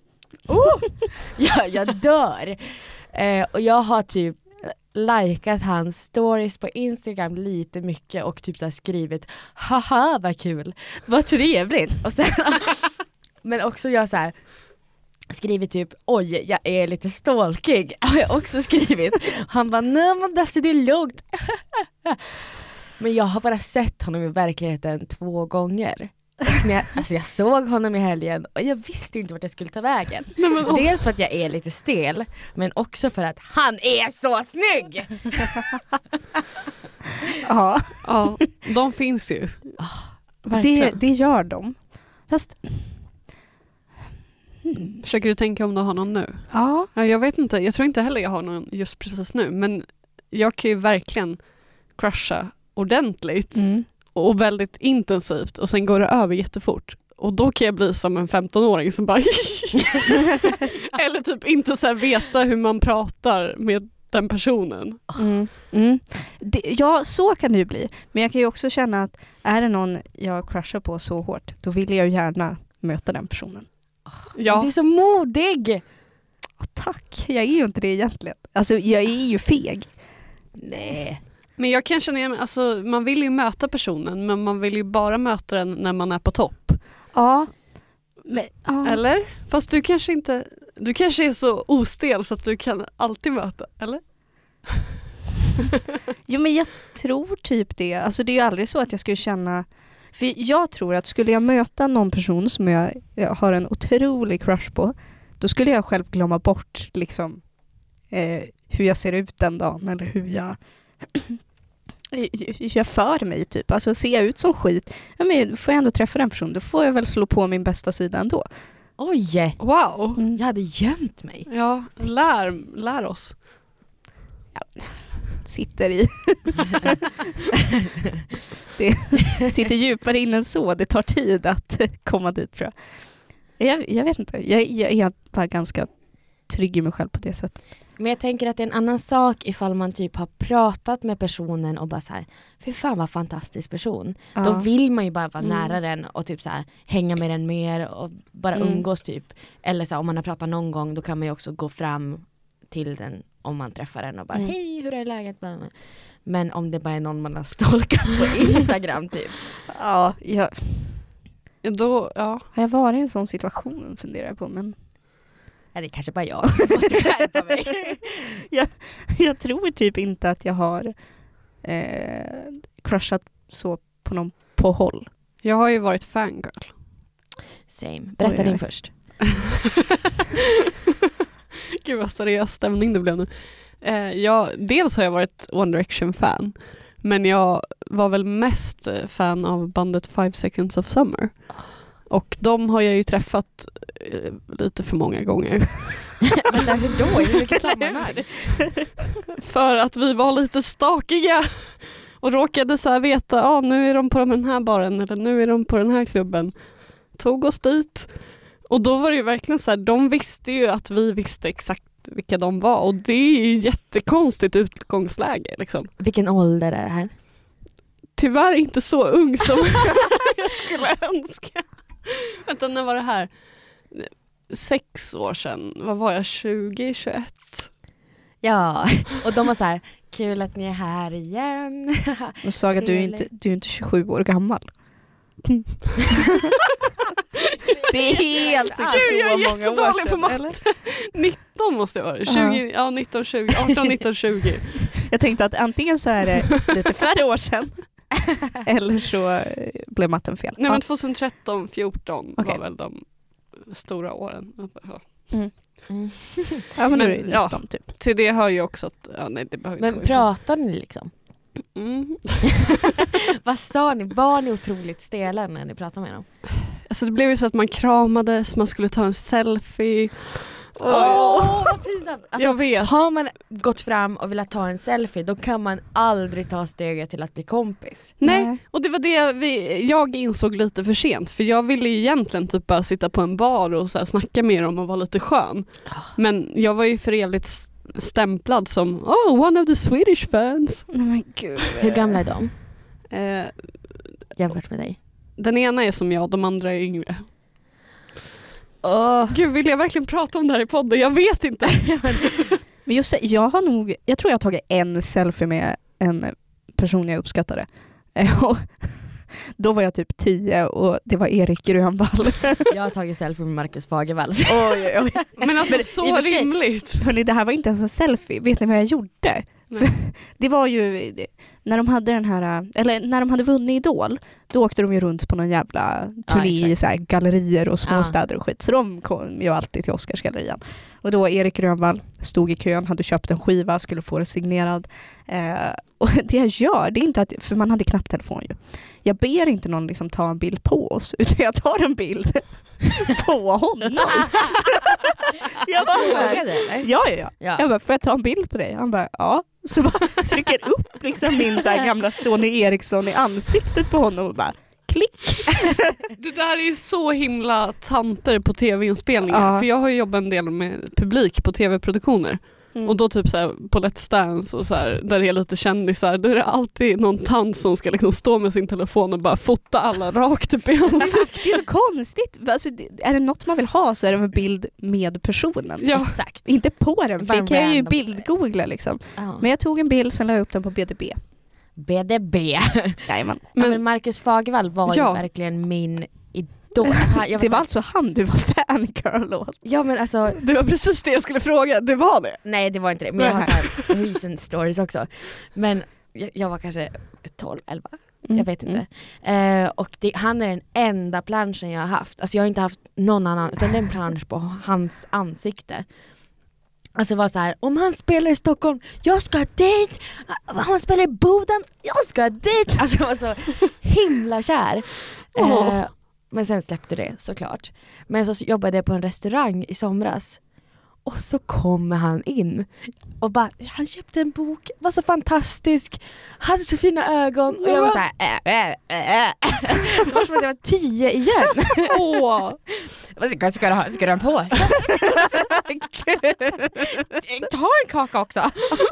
jag dör. Och jag har typ likat hans stories på Instagram lite mycket och typ så här skrivit, haha vad kul, vad trevligt. Och sen, men också jag så här skrivit typ, oj jag är lite stalkig, har jag också skrivit. Han bara, nej men det är lugnt. Men jag har bara sett honom i verkligheten 2 gånger. Och jag såg honom i helgen och jag visste inte vart jag skulle ta vägen. Dels för att jag är lite stel, men också för att han är så snygg. Ja, Ja, de finns ju. det gör de. Fast Försöker du tänka om du har någon nu? ja, Ja, jag vet inte. Jag tror inte heller jag har någon just precis nu. Men jag kan ju verkligen crusha ordentligt. Och väldigt intensivt. Och sen går det över jättefort. Och då kan jag bli som en 15-åring som bara eller typ inte så här veta hur man pratar med den personen. Ja, så kan det ju bli. Men jag kan ju också känna att är det någon jag crushar på så hårt, då vill jag gärna möta den personen. Ja. Du är så modig. Tack, jag är ju inte det egentligen. Alltså jag är ju feg. Nej. Men jag kan känna igen, alltså man vill ju möta personen, men man vill ju bara möta den när man är på topp. Ja. Men, ja. Eller? Fast du kanske är så ostel så att du kan alltid möta, eller? Jo, men jag tror typ det. Alltså det är ju aldrig så att jag skulle känna... För jag tror att skulle jag möta någon person som jag har en otrolig crush på, då skulle jag själv glömma bort liksom hur jag ser ut den dagen eller hur jag för mig typ. Alltså ser jag ut som skit, ja, men får jag ändå träffa den personen, då får jag väl slå på min bästa sida ändå. Oj, Wow. jag hade gömt mig. Ja, lär oss. Sitter i det sitter djupare in än så. Det tar tid att komma dit, tror jag. Jag vet inte. Jag är bara ganska trygg i mig själv på det sättet. Men jag tänker att det är en annan sak ifall man typ har pratat med personen och bara så här, för fan vad fantastisk person. Ja. Då vill man ju bara vara nära den och typ så här, hänga med den mer och bara umgås typ. Eller så här, om man har pratat någon gång, då kan man ju också gå fram till den om man träffar den och bara hej, hur är läget? Men om det bara är någon man har stalkat på Instagram typ. Ja, Då, ja. har jag varit i en sån situation funderar jag på, men Ja, det är kanske bara jag som måste skärpa mig. jag tror typ inte att jag har crushat så på någon på håll. Jag har ju varit fangirl. Same. Berätta din oj. först. Gud vad seriös stämning det blev nu. Dels har jag varit One Direction-fan. Men jag var väl mest fan av bandet 5 Seconds of Summer. Och de har jag ju träffat lite för många gånger. Men hur då? I vilket sammanhang? För att vi var lite stakiga. Och råkade så här veta, nu är de på den här baren eller nu är de på den här klubben. Tog oss dit. Och då var det ju verkligen så här, de visste ju att vi visste exakt vilka de var. Och det är ju jättekonstigt utgångsläge liksom. Vilken ålder är det här? Tyvärr inte så ung som jag skulle önska. Vänta, när var det här? 6 år sedan. Vad var jag? 20, 21? Ja, och de var så här, kul att ni är här igen. Och Saga, du är inte 27 år gammal. Det är helt så jag är många år jättedålig på sedan, matte. eller? 19 måste jag vara. 20, ja, 19, 20, 18, 19, 20. Jag tänkte att antingen så är det lite färre år sedan eller så blev matten fel. Nej, men 2013, 14 Okej. var väl de stora åren. Ja. Ja, men nu är det Men, 19 typ. Till det hör ju också att nej, det behöver Men inte pratade ni liksom? Mm. Vad sa ni? Var ni otroligt stela när ni pratade med dem? Alltså det blev ju så att man kramades, man skulle ta en selfie. Vad pinsamt! Alltså, Jag vet. har man gått fram och velat ta en selfie, då kan man aldrig ta steget till att bli kompis. Nej, och det var det jag insåg lite för sent. För jag ville ju egentligen typ bara sitta på en bar och så här snacka med dem och vara lite skön. Men jag var ju för evigt stämplad som one of the Swedish fans. Nej men gud. Hur gamla är de Eh, jämfört med dig? den ena är som jag, de andra är yngre. Gud, vill jag verkligen prata om det här i podden? Jag vet inte. Men just det, jag tror jag har tagit en selfie med en person jag uppskattade. Och då var jag typ 10 och det var Erik Grönvall. Jag har tagit selfie med Marcus Fagervall. Oj. Men alltså Men i så och för sig- rimligt. Hörrni, det här var inte ens en selfie. Vet ni vad jag gjorde? För det var ju när de hade den här, eller när de hade vunnit Idol, då åkte de ju runt på någon jävla turné i så här gallerier och småstäder och skit. Så de kom ju alltid till Oscarsgallerian. Och då Erik Grönvall stod i kön, hade köpt en skiva, skulle få det signerad. Och det jag gör, det är inte att, för man hade knapptelefon ju. Jag ber inte någon liksom ta en bild på oss, utan jag tar en bild på honom. Jag bara så här, Frågade eller? ja. Ja. Jag bara, får jag ta en bild på dig? Han bara, ja. Så bara trycker upp liksom min så här gamla Sony Ericsson i ansiktet på honom och bara, klick. Det där är ju så himla tanter på tv-inspelningar. Ja. För jag har ju jobbat en del med publik på tv-produktioner. Och då typ så här, på Let's Dance och så här, där det är lite kändisar, då är det alltid någon tant som ska liksom stå med sin telefon och bara fota alla rakt upp i ansiktet. Det är så konstigt. Alltså, är det något man vill ha så är det en bild med personen. Ja. Exakt. Inte på den, för Bara det kan jag ju random. bildgoogla liksom. Ja. Men jag tog en bild, sen la jag upp den på BDB. BDB. Jajamän. Men Marcus Fagervall var ju Ja. verkligen min idol. Alltså, jag Det var så- alltså han du var fangirl åt. Ja men alltså, Det var precis det jag skulle fråga, det var det. nej det var inte det. Men jag har så här recent stories också. Men jag var kanske 12, 11. Jag vet inte. Och han är den enda planschen jag har haft. Alltså jag har inte haft någon annan, utan det är en plansch på hans ansikte. Alltså det var så här, om han spelar i Stockholm, jag ska dit. Om han spelar i Boden, jag ska dit. Alltså jag var så himla kär. Men sen släppte det såklart. Men så jobbade jag på en restaurang i somras. Och så kommer han in och bara, han köpte en bok, var så fantastisk, hade så fina ögon. Och jag var så här, Det var som att jag var 10 igen. Åh. Ska du ha en påse? Ta en kaka också.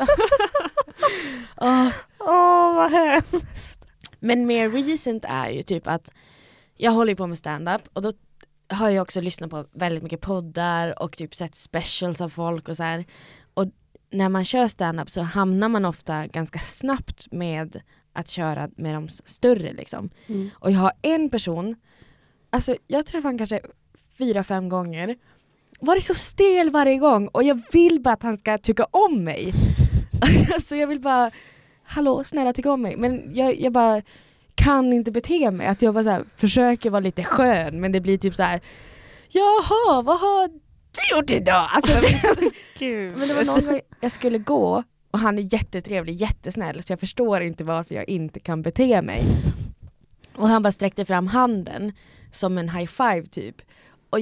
Vad hemskt. Men mer recent är ju typ att jag håller på med stand-up och då har jag också lyssnat på väldigt mycket poddar och typ sett specials av folk och så här. Och när man kör stand-up så hamnar man ofta ganska snabbt med att köra med de större liksom. Och jag har en person, alltså jag träffar han kanske 4-5 gånger, var det så stel varje gång och jag vill bara att han ska tycka om mig. Alltså jag vill bara, hallå snälla tycka om mig, men jag bara kan inte bete mig, att jag bara så här, försöker vara lite skön, men det blir typ så här, jaha, vad har du gjort idag? Alltså, men det var någon gång jag skulle gå och han är jättetrevlig, jättesnäll, så jag förstår inte varför jag inte kan bete mig. Och han bara sträckte fram handen som en high five typ. Och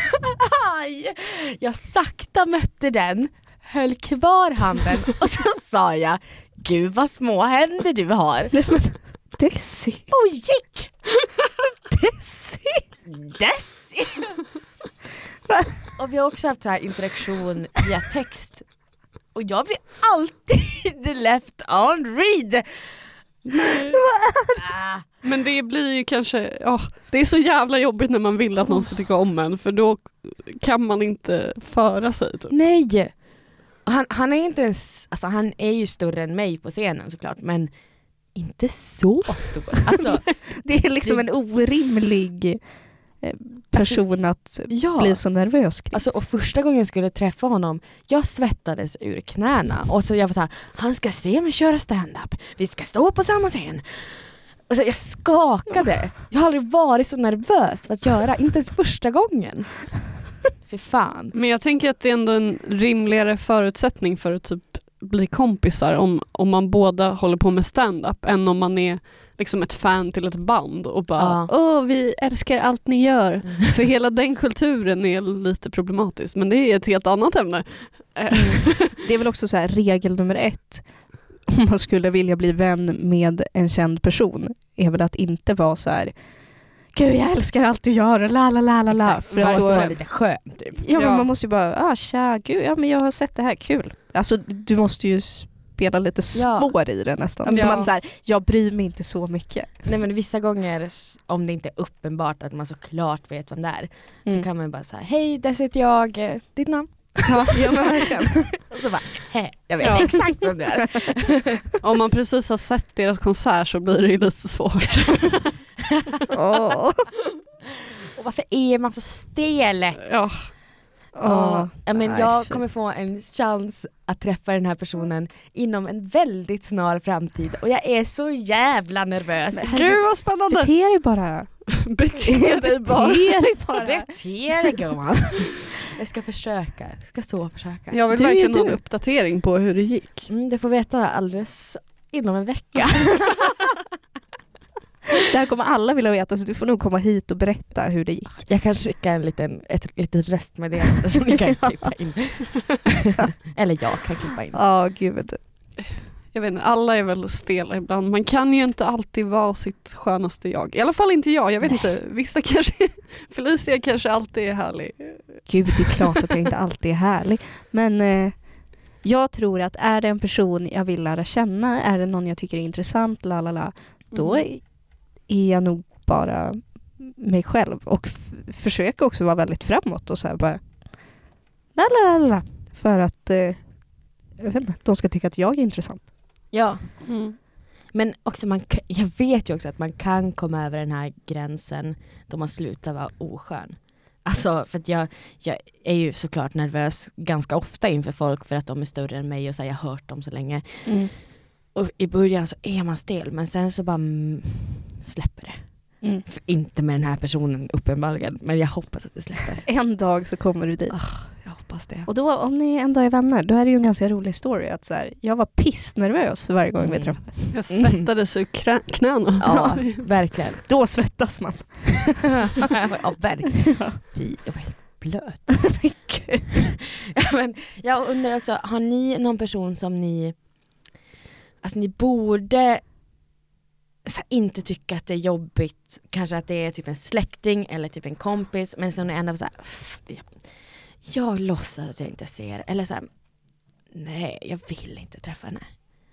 jag sakta mötte den, höll kvar handen och så sa jag, gud vad små händer du har. Desi. Och gick. Desi. Och vi har också haft här interaktion via text. Och jag blir alltid left on read. Men det blir ju kanske, det är så jävla jobbigt när man vill att någon ska tycka om en, för då kan man inte föra sig typ. Nej. Han är inte ens, alltså han är ju större än mig på scenen såklart, men inte så stor. Alltså, det är liksom en orimlig person att bli så nervös. Alltså, och första gången jag skulle träffa honom, jag svettades ur knäna. Och så jag var så här, han ska se mig köra stand-up. Vi ska stå på samma scen. Och så jag skakade. Jag har aldrig varit så nervös för att göra, inte ens första gången. För fan. Men jag tänker att det är ändå en rimligare förutsättning för att typ bli kompisar om man båda håller på med stand-up än om man är liksom ett fan till ett band och bara vi älskar allt ni gör. För hela den kulturen är lite problematisk, men det är ett helt annat ämne. Det är väl också så här, regel nummer 1 om man skulle vilja bli vän med en känd person är väl att inte vara så här, gud jag älskar allt du gör, la la la la la. För att då är lite skönt typ. Ja, men man måste ju bara, tja, gud, ja men jag har sett det här, kul. Alltså du måste ju spela lite svår i det nästan. Ja. Som att så här, jag bryr mig inte så mycket. Nej, men vissa gånger, om det inte är uppenbart att man såklart vet vem det är, så kan man bara säga, hej, där sitter jag, ditt namn. Ja, men verkligen. Och så bara, jag vet exakt vem det är. Om man precis har sett deras konsert så blir det ju lite svårt. Och varför är man så stel? Men jag kommer få en chans att träffa den här personen inom en väldigt snar framtid. Och jag är så jävla nervös. Gud vad spännande. Bete dig bara. Bete dig bara. Bete dig gumman. Jag ska försöka. Jag ska så försöka. Jag vill verkligen ha en uppdatering på hur det gick. Det får veta alldeles inom en vecka. Det här kommer alla vilja veta, så du får nog komma hit och berätta hur det gick. Jag kan skicka ett litet röstmeddelande som ni kan klippa in. Eller jag kan klippa in. Gud. Jag vet inte, alla är väl stela ibland. Man kan ju inte alltid vara sitt skönaste jag. I alla fall inte jag. Jag vet inte, vissa kanske, Felicia kanske alltid är härlig. Gud, det är klart att jag inte alltid är härlig. Men jag tror att är det en person jag vill lära känna, är det någon jag tycker är intressant, då är jag nog bara mig själv och försöker också vara väldigt framåt och så här bara för att jag vet inte, de ska tycka att jag är intressant. Ja. Men också jag vet ju också att man kan komma över den här gränsen då man slutar vara oskön. Alltså för att jag är ju såklart nervös ganska ofta inför folk för att de är större än mig och så här, jag har hört dem så länge. Och i början så är man stel, men sen så bara släpper det. Inte med den här personen uppenbarligen, men jag hoppas att det släpper. En dag så kommer du dit. Jag hoppas det. Och då, om ni en dag är vänner, då är det ju en ganska rolig story att så här, jag var pissnervös varje gång vi träffades. Jag svettades ur knäna. Ja, verkligen. Då svettas man. Ja, verkligen. Jag var helt blöt. Men jag undrar också, har ni någon person som ni borde inte tycka att det är jobbigt, kanske att det är typ en släkting eller typ en kompis, men som är ändå så här, jag låtsas att jag inte ser, eller så här, nej, jag vill inte träffa den här.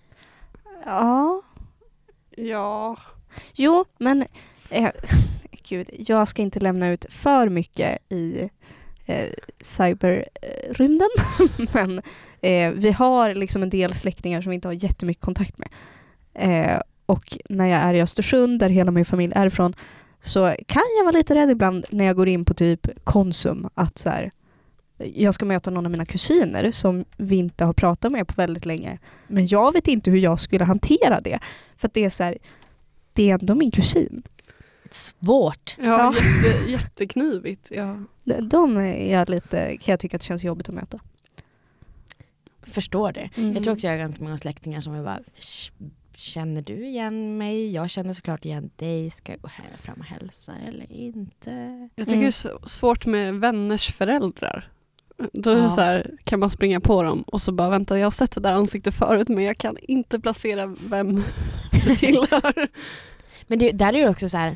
Ja. Jo, men gud, jag ska inte lämna ut för mycket i cyberrymden. Men vi har liksom en del släktingar som vi inte har jättemycket kontakt med. Och när jag är i Östersund, där hela min familj är ifrån, så kan jag vara lite rädd ibland när jag går in på typ Konsum att så här, jag ska möta någon av mina kusiner som vi inte har pratat med på väldigt länge. Men jag vet inte hur jag skulle hantera det. För att det är så här, det är ändå min kusin. Svårt. Ja. Jätteknivigt. Ja. De är jag lite, kan jag tycka att det känns jobbigt att möta. Förstår det. Jag tror också jag har ganska många släktingar som är bara, känner du igen mig? Jag känner såklart igen dig. Ska jag gå här fram och hälsa eller inte? Jag tycker det är svårt med vänners föräldrar. Då är det så här, kan man springa på dem och så bara, vänta, jag har sett det där ansiktet förut men jag kan inte placera vem det tillhör. Men där är det också så här,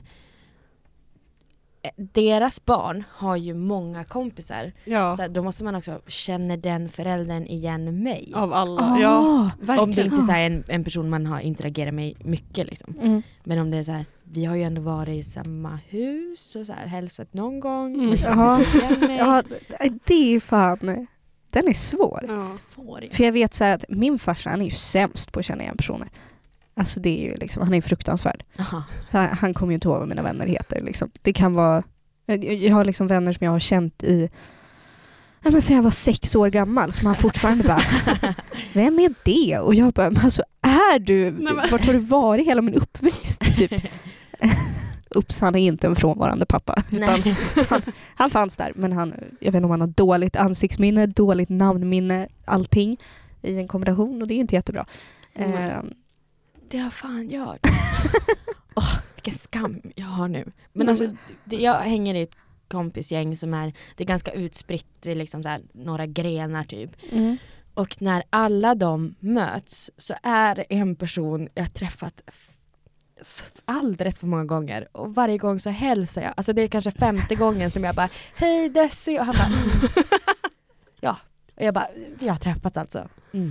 deras barn har ju många kompisar. Ja. Så här, då måste man också känna den föräldern igen mig. Av alla, ja. Verkligen. Om det inte är så här en person man har interagerat med mycket. Liksom. Men om det är så här, vi har ju ändå varit i samma hus och så här, hälsat någon gång. Ja, det är fan, den är svår. Ja. För jag vet så här att min farsa, han är ju sämst på att känna igen personer. Alltså det är ju liksom, han är fruktansvärd. Han kommer ju inte ihåg vad mina vänner heter. Liksom. Det kan vara, jag har liksom vänner som jag har känt i, sen jag var 6 år gammal, som han fortfarande bara, vem är det? Och jag bara, alltså är du, vart har du varit hela min uppväxt? Typ. Ups, han är inte en frånvarande pappa. Utan han fanns där, men jag vet inte om han har dåligt ansiktsminne, dåligt namnminne, allting i en kombination, och det är inte jättebra. Det har fan jag. Vilken skam jag har nu. Men alltså, jag hänger i ett kompisgäng som det är ganska utspritt, det är liksom så här, några grenar typ. Och när alla de möts så är det en person jag träffat alldeles för många gånger. Och varje gång så hälsar jag. Alltså det är kanske 5:e gången som jag bara, hej Desi. Och han bara, ja. Och jag bara, vi har träffat alltså.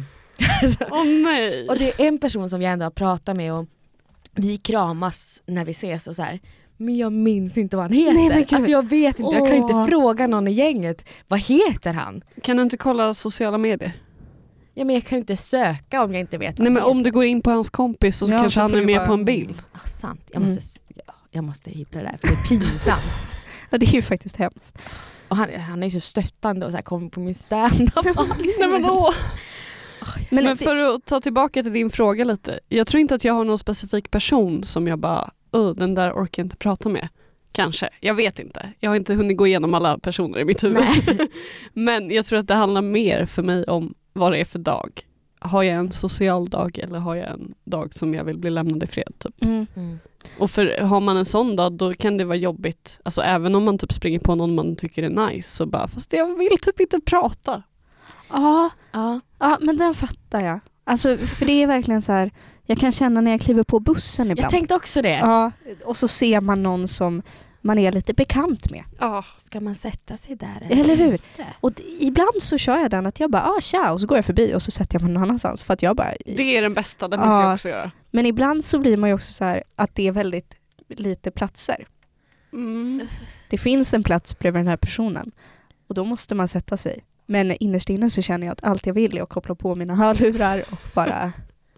Nej. Och det är en person som jag ändå har pratat med och vi kramas när vi ses och så här. Men jag minns inte vad han heter. Nej, alltså jag vet inte, jag kan inte fråga någon i gänget. Vad heter han? Kan du inte kolla sociala medier? Ja, men jag kan ju inte söka om jag inte vet. Nej, men om du går in på hans kompis och så kanske han är med på en bild. Sant, jag måste hitta det där för det är pinsamt. Ja, det är ju faktiskt hemskt. Och han är så stöttande och så här kommer på min stand-up. Nej, men då. Men för att ta tillbaka till din fråga lite. Jag tror inte att jag har någon specifik person som jag bara, den där orkar jag inte prata med. Kanske, jag vet inte. Jag har inte hunnit gå igenom alla personer i mitt huvud. Men jag tror att det handlar mer för mig om vad det är för dag. Har jag en social dag eller har jag en dag som jag vill bli lämnad i fred? Typ. Och har man en sån dag, då kan det vara jobbigt. Alltså även om man typ springer på någon man tycker är nice, så bara, fast jag vill typ inte prata. Ja, men den fattar jag. Alltså, för det är verkligen så här, jag kan känna när jag kliver på bussen ibland. Jag tänkte också det. Ja, och så ser man någon som man är lite bekant med. Ska man sätta sig där? Eller hur? Och ibland så kör jag den att jag bara, tja, och så går jag förbi och så sätter jag mig någon annanstans. För att jag bara, det är den bästa, den brukar jag också göra. Men ibland så blir man ju också så här att det är väldigt lite platser. Det finns en plats bredvid den här personen. Och då måste man sätta sig. Men innerst inne så känner jag att allt jag vill är att koppla på mina hörlurar och bara...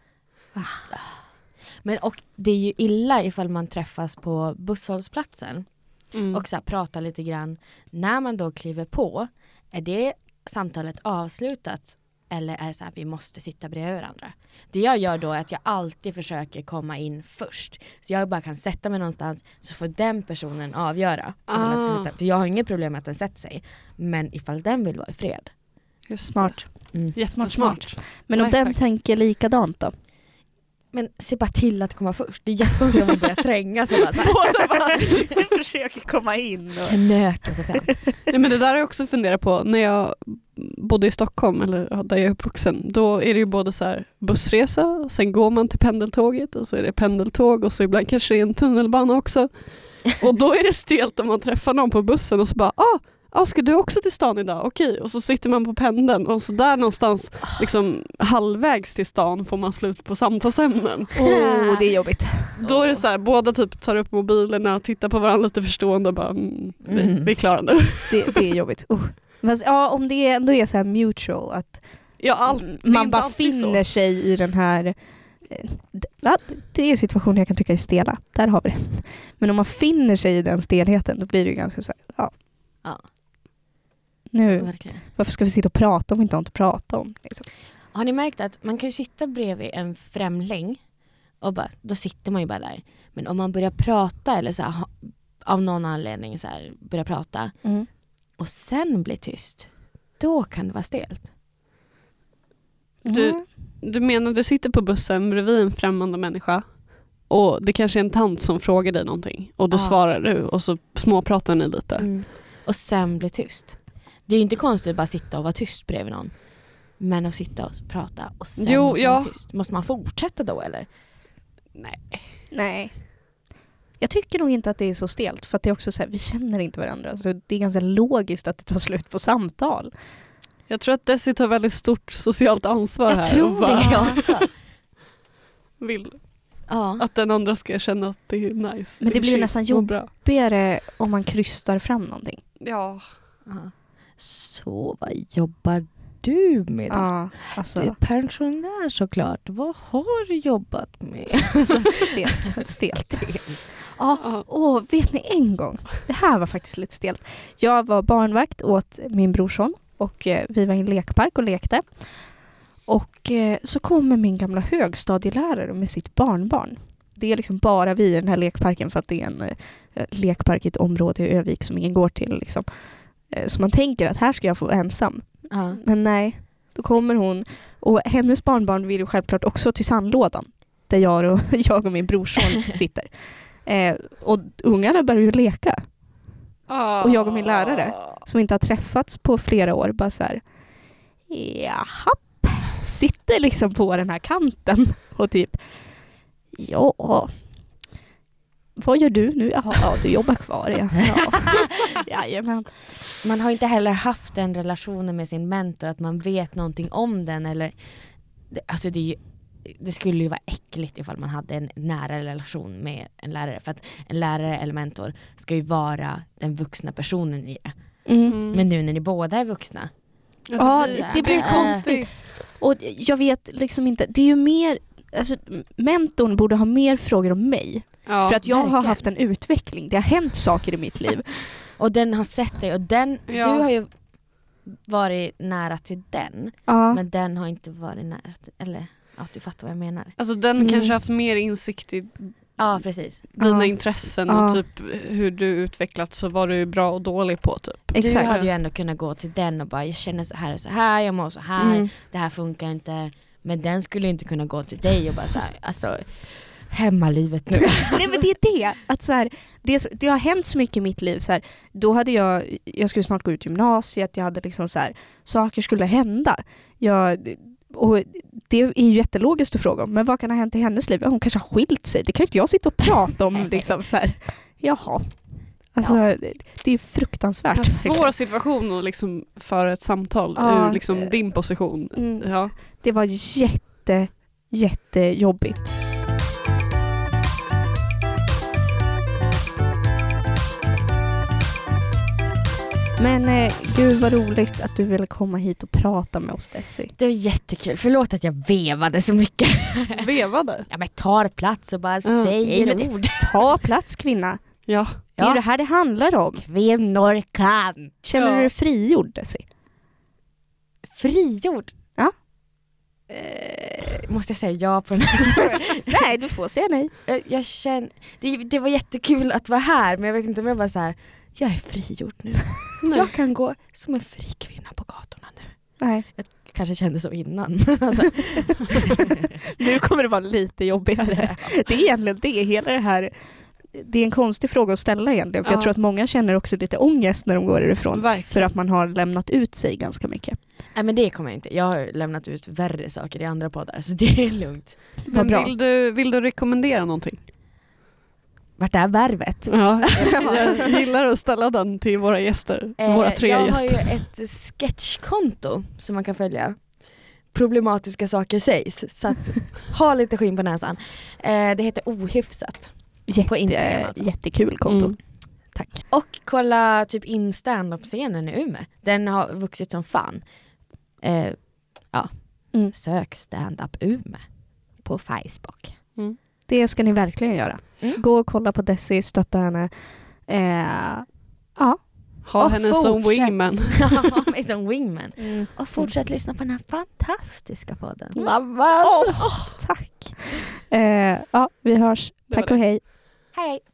Men och det är ju illa ifall man träffas på busshållsplatsen och så här pratar lite grann. När man då kliver på, är det samtalet avslutat eller är det så här vi måste sitta bredvid varandra? Det jag gör då är att jag alltid försöker komma in först. Så jag bara kan sätta mig någonstans så får den personen avgöra. För jag har inget problem med att den sätter sig. Men ifall den vill vara i fred. Smart. Jättesmart. Men om den tänker likadant då? Men se bara till att komma först. Det är jättekonstigt om man börjar tränga sig. Båda bara försöker komma in. Knöka sig fram. Nej, men det där har jag också funderat på när jag bodde i Stockholm eller där jag är uppvuxen. Då är det ju både så här bussresa, sen går man till pendeltåget och så är det pendeltåg och så ibland kanske det är en tunnelbana också. Och då är det stelt om man träffar någon på bussen och så bara ska du också till stan idag? Okej. Och så sitter man på pendeln och så där någonstans liksom halvvägs till stan får man slut på samtalsämnen. Det är jobbigt. Då är det så här, båda typ tar upp mobilerna och tittar på varandra lite förstående och bara vi är klara nu. Det är jobbigt. Men, om det ändå är så här mutual att man bara finner sig i den här det är situationer jag kan tycka är stela. Där har vi det. Men om man finner sig i den stelheten då blir det ju ganska så här, ja. Nu, verkligen. Varför ska vi sitta och prata om vi inte har något att prata om? Liksom? Har ni märkt att man kan ju sitta bredvid en främling och då sitter man ju bara där. Men om man börjar prata eller så här, av någon anledning så här, börjar prata och sen blir tyst, då kan det vara stelt. Du menar du sitter på bussen bredvid en främmande människa och det kanske är en tant som frågar dig någonting och då svarar du och så småpratar ni lite. Och sen blir tyst. Det är ju inte konstigt att bara sitta och vara tyst bredvid någon. Men att sitta och prata och sen vara tyst. Måste man fortsätta då eller? Nej. Jag tycker nog inte att det är så stelt för att det är också så här, vi känner inte varandra. Så det är ganska logiskt att det tar slut på samtal. Jag tror att Desi tar väldigt stort socialt ansvar här. Jag tror det också. Vill att den andra ska känna att det är nice. Men det blir nästan jobbigare om man krystar fram någonting. Ja. Så vad jobbar du med? Ja, alltså. Du är pensionär såklart. Vad har du jobbat med? Stelt. Vet ni en gång? Det här var faktiskt lite stelt. Jag var barnvakt åt min brorson och vi var i en lekpark och lekte. Och så kommer min gamla högstadielärare med sitt barnbarn. Det är liksom bara vi i den här lekparken för att det är en lekpark i ett område i Övik som ingen går till. Liksom. Så man tänker att här ska jag få ensam. Men nej, då kommer hon. Och hennes barnbarn vill ju självklart också till sandlådan. Där jag och min brorson sitter. Och ungarna börjar ju leka. Och jag och min lärare som inte har träffats på flera år bara så här. Jaha. Sitter liksom på den här kanten och typ vad gör du nu? Ja, du jobbar kvar. Jajamän. Man har inte heller haft en relation med sin mentor att man vet någonting om den eller alltså det skulle ju vara äckligt ifall man hade en nära relation med en lärare för att en lärare eller mentor ska ju vara den vuxna personen i det. Men nu när ni båda är vuxna. Det blir konstigt. Och jag vet liksom inte, det är ju mer alltså, mentorn borde ha mer frågor om mig. Ja, för att jag verkligen. har haft en utveckling. Det har hänt saker i mitt liv. Och den har sett dig. Och du har ju varit nära till den. Ja. Men den har inte varit nära till, eller att du fattar vad jag menar. Alltså den kanske haft mer insikt i precis. dina intressen och typ hur du utvecklats så var du bra och dålig på typ. Exakt. Du hade ju ändå kunnat gå till den och bara jag känner så här och så här, jag mår så här, det här funkar inte. Men den skulle ju inte kunna gå till dig och bara så här, alltså hemmalivet nu. Nej men det är det att så här, det har hänt så mycket i mitt liv så här, då hade jag skulle snart gå ut gymnasiet, jag hade liksom så här, saker skulle hända. Och det är ju jättelogiskt att fråga om, men vad kan ha hänt i hennes liv? Hon kanske har skilt sig. Det kan ju inte jag sitta och prata om liksom så här. Jaha. Alltså det är fruktansvärt. En svår situation att liksom föra ett samtal ur liksom din position. Ja. Det var jättejobbigt. Men gud vad roligt att du ville komma hit och prata med oss, Desi. Det var jättekul. Förlåt att jag vevade så mycket. Vevade? Ja men tar plats och bara säger ord. Ta plats kvinna. Ja. Det är det här det handlar om. Kvinnor kan. Känner du dig frigjord, Desi? Frigjord? Ja. Måste jag säga ja på den här? Nej, du får säga nej. Jag känner, det var jättekul att vara här, men jag vet inte om jag bara så här. Jag är frigjord nu. Jag kan gå som en fri kvinna på gatorna nu. Nej. kanske kände så innan. Alltså. Nu kommer det vara lite jobbigare. Det är egentligen det. Hela det här, det är en konstig fråga att ställa egentligen. För jag tror att många känner också lite ångest när de går ifrån. Verkligen. För att man har lämnat ut sig ganska mycket. Nej, men det kommer jag inte. Jag har lämnat ut värre saker i andra poddar. Så det är lugnt. Men vill du rekommendera någonting? Vart är värvet? Ja, jag gillar att ställa den till våra gäster. Våra 3 jag gäster. har ju ett sketchkonto som man kan följa. Problematiska saker sägs. Så att, ha lite skinn på näsan. Det heter Ohyfsat. På Instagram alltså. Jättekul konto. Tack. Och kolla typ in stand-up-scenen i Umeå. Den har vuxit som fan. Sök stand-up Umeå på Facebook. Det ska ni verkligen göra. Gå och kolla på Desi, stötta henne. Ha henne som wingman. Ha mig som wingman. Och fortsätt lyssna på den här fantastiska podden. Tack. Vi hörs. Tack och hej. Hej.